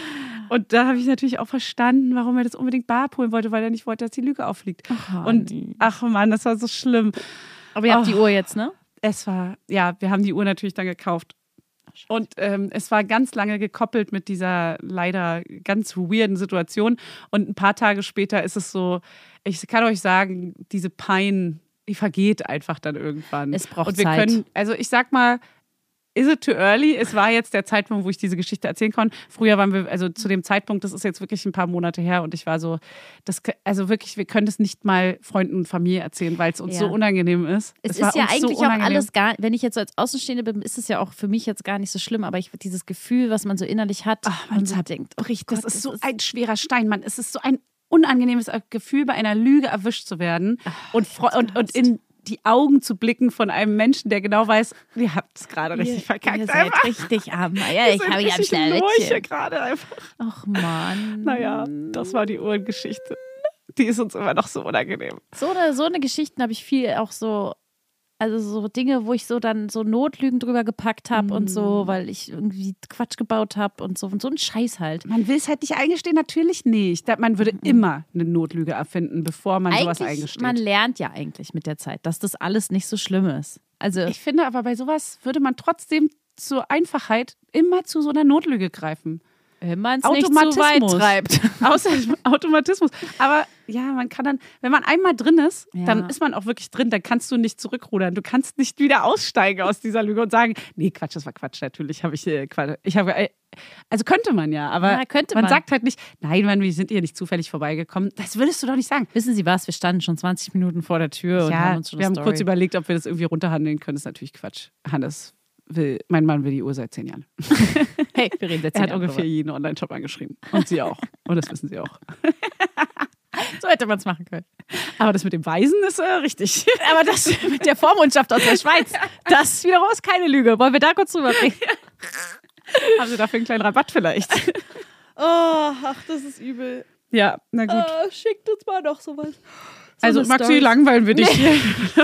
Und da habe ich natürlich auch verstanden, warum er das unbedingt bar abholen wollte, weil er nicht wollte, dass die Lüge auffliegt.
Ach,
und
Honey.
ach Mann, das war so schlimm.
Aber ihr habt
Oh.
die Uhr jetzt, ne?
Es war, ja, wir haben die Uhr natürlich dann gekauft. Und ähm, es war ganz lange gekoppelt mit dieser leider ganz weirden Situation. Und ein paar Tage später ist es so, ich kann euch sagen, diese Pein, die vergeht einfach dann irgendwann.
Es braucht
Und wir
Zeit.
können, also ich sag mal, is it too early? Es war jetzt der Zeitpunkt, wo ich diese Geschichte erzählen konnte. Früher waren wir, also zu dem Zeitpunkt, das ist jetzt wirklich ein paar Monate her und ich war so, das, also wirklich, wir können das nicht mal Freunden und Familie erzählen, weil es uns
Ja.
so unangenehm ist.
Es,
war
ist ja
uns so
eigentlich auch
unangenehm.
alles gar, wenn ich jetzt so als Außenstehende bin, ist es ja auch für mich jetzt gar nicht so schlimm, aber ich dieses Gefühl, was man so innerlich hat,
Ach, man
und so
hat-
denkt, oh
Richtig,
Gott,
das ist so ein schwerer Stein, Mann. Es ist so ein unangenehmes Gefühl, bei einer Lüge erwischt zu werden und, fre- und, und in die Augen zu blicken von einem Menschen, der genau weiß, ihr habt es gerade richtig verkackt.
Ihr
einfach.
seid richtig arm. Ja,
Ihr
ich
seid
habe ja
richtig
am
Lurche
Schnellchen.
gerade einfach.
Ach Mann.
Naja, das war die Uhrengeschichte. Die ist uns immer noch so unangenehm.
So eine, so eine Geschichten habe ich viel auch so, also so Dinge, wo ich so dann so Notlügen drüber gepackt habe und so, weil ich irgendwie Quatsch gebaut habe und so und so ein Scheiß halt.
Man will es halt nicht eingestehen, natürlich nicht. Man würde immer eine Notlüge erfinden, bevor man sowas
Eigentlich,
eingesteht.
man lernt ja eigentlich mit der Zeit, dass das alles nicht so schlimm ist. Also
Ich finde aber, bei sowas würde man trotzdem zur Einfachheit immer zu so einer Notlüge greifen.
wenn man es nicht zu weit
Automatismus.
treibt.
Außer Automatismus. Aber ja, man kann dann, wenn man einmal drin ist,
Ja.
dann ist man auch wirklich drin. Dann kannst du nicht zurückrudern. Du kannst nicht wieder aussteigen aus dieser Lüge und sagen, nee, Quatsch, das war Quatsch. Natürlich habe ich, äh, Quatsch. Ich habe, äh, also könnte man ja, aber
Ja, könnte
man
man.
sagt halt nicht, nein, Mann, wir sind hier nicht zufällig vorbeigekommen. Das würdest du doch nicht sagen.
Wissen Sie was, wir standen schon zwanzig Minuten vor der Tür und haben
Ja,
uns schon
wir
eine
haben
Story.
kurz überlegt, ob wir das irgendwie runterhandeln können. Das ist natürlich Quatsch. Hannes will, mein Mann will die Uhr seit zehn Jahren.
Hey, wir reden jetzt
Er hat ungefähr jeden Online-Shop angeschrieben. Und sie auch. Und das wissen sie auch.
So hätte man es machen können.
Aber das mit dem Weisen ist äh, richtig.
Aber das mit der Vormundschaft aus der Schweiz, das wiederum ist keine Lüge. Wollen wir da kurz drüber reden?
Haben sie dafür einen kleinen Rabatt vielleicht?
Oh, ach, das ist übel.
Ja, na gut.
Oh, schickt uns mal noch sowas. So
also,
eine
Maxi,
Story.
langweilen wir dich hier.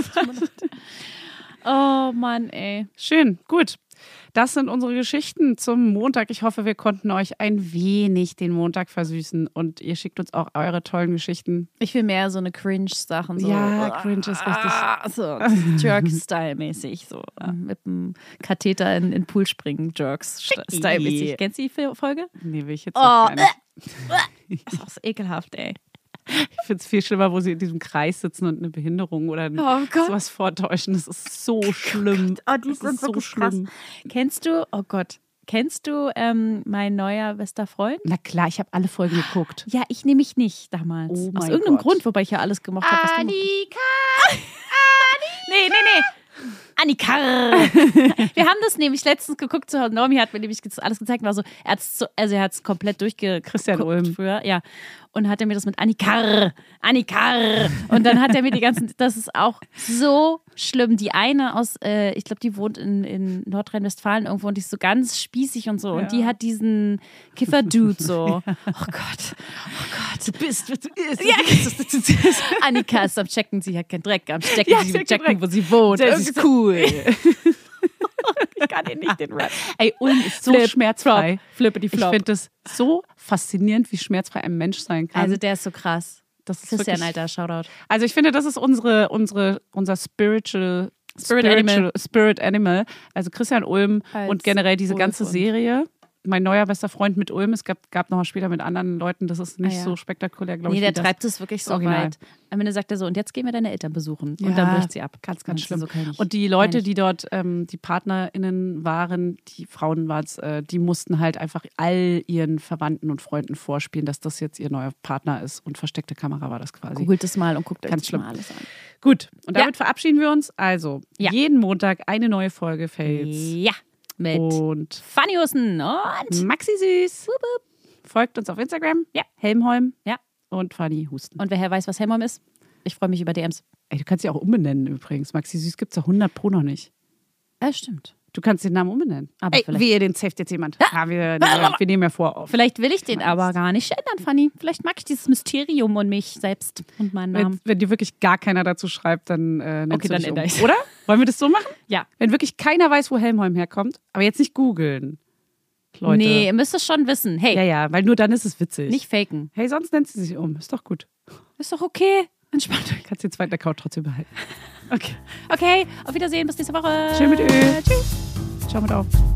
Oh Mann, ey.
Schön, gut. Das sind unsere Geschichten zum Montag. Ich hoffe, wir konnten euch ein wenig den Montag versüßen und ihr schickt uns auch eure tollen Geschichten.
Ich will mehr so eine Cringe-Sachen. So.
Ja, Cringe ist richtig.
Ah, so Jerk-Style-mäßig. So. Mit dem Katheter in den Pool springen, Jerks-Style-mäßig. Kennst du die Folge?
Nee, will ich jetzt
Oh,
noch gar nicht.
Das ist auch so ekelhaft, ey.
Ich finde es viel schlimmer, wo sie in diesem Kreis sitzen und eine Behinderung oder
Oh Gott.
sowas vortäuschen. Das ist so schlimm.
Oh, die
das
sind
ist so
wirklich
schlimm.
krass. Kennst du, oh Gott, kennst du ähm, mein neuer bester Freund?
Na klar, ich habe alle Folgen geguckt.
Ja, ich nämlich nicht damals.
Oh
Aus
mein
irgendeinem
Gott.
Grund, wobei ich ja alles gemacht habe, was du machst.
Annika!
Nee, nee, nee. Annika. Wir haben das nämlich letztens geguckt. So, Normi hat mir nämlich alles gezeigt. War so, er hat's so, also er hat es komplett durchgeguckt.
Christian Ulm.
Früher, ja. Und hat er mir das mit Annika, Annika. Und dann hat er mir die ganzen, das ist auch so schlimm. Die eine aus, äh, ich glaube, die wohnt in, in Nordrhein-Westfalen irgendwo und die ist so ganz spießig und so. Und die hat diesen Kiffer-Dude so. Oh Gott, oh Gott.
Du bist, was du isst.
Ja.
Du bist.
Annika ist am Checken, sie hat keinen Dreck. Am Stecken,
Ja,
sie
sie hat
checken,
keinen
wo sie wohnt.
Das
Das
ist
ist cool. Ich kann den nicht, den Rap.
Ey, Ulm ist so
Flip,
schmerzfrei.
Flop, flippity
Ich
flop.
finde das so faszinierend, wie schmerzfrei ein Mensch sein kann.
Also der ist so krass.
das ist
Christian,
wirklich,
Alter, Shoutout.
Also ich finde, das ist unsere, unsere, unser spiritual
Spirit
spiritual,
Animal.
Spirit Animal. Also Christian Ulm
Als
und generell diese
Ulf
ganze
und-
Serie. Mein neuer bester Freund mit Ulm. Es gab, gab noch mal später mit anderen Leuten. Das ist nicht
Ah, ja.
so spektakulär, glaube
Nee,
ich.
der
wie das.
treibt es wirklich so
Original.
weit. Am Ende sagt er so, und jetzt gehen wir deine Eltern besuchen.
Ja,
Und dann bricht sie ab.
Ganz, ganz
Und
schlimm.
so kann ich-
und die Leute,
kann ich-
die dort ähm, die PartnerInnen waren, die Frauen waren es, äh, die mussten halt einfach all ihren Verwandten und Freunden vorspielen, dass das jetzt ihr neuer Partner ist. Und versteckte Kamera war das quasi.
Googelt es mal und guckt euch
Ganz
das
schlimm.
mal alles an.
Gut, und
Ja.
damit verabschieden wir uns. Also,
Ja.
jeden Montag eine neue Folge Fails.
Ja, mit
Und
Fanny Husten und
Maxi Süß. Folgt uns auf Instagram.
Ja.
Helmholm.
Ja.
Und Fanny Husten.
Und wer weiß, was Helmholm ist? Ich freue mich über D Ms.
Ey, du kannst sie auch umbenennen übrigens. Maxi Süß gibt es ja hundert Pro noch nicht.
Ja, stimmt.
Du kannst den Namen umbenennen.
Aber
Ey,
vielleicht-
wehe, den saved jetzt jemand. Ja, wir, wir, wir nehmen ja vor auf.
Vielleicht will ich den aber gar nicht ändern, Fanny. Vielleicht mag ich dieses Mysterium und mich selbst und meinen Namen.
Wenn, wenn dir wirklich gar keiner dazu schreibt, dann äh, nennst
Okay,
du
dann
dich
ändere
um.
ich's.
Oder? Wollen wir das so machen?
Ja.
Wenn wirklich keiner weiß, wo Helmholm herkommt, aber jetzt nicht googeln. Leute.
Nee, ihr müsst es schon wissen. Hey.
Ja, ja, weil nur dann ist es witzig.
Nicht faken.
Hey, sonst nennt sie sich um. Ist doch gut.
Ist doch okay. Entspannt.
Kannst den zweiten Account trotzdem behalten. Okay.
Okay, auf Wiedersehen. Bis nächste Woche.
Schön mit Öl.
Tschüss.
Ciao mit auf.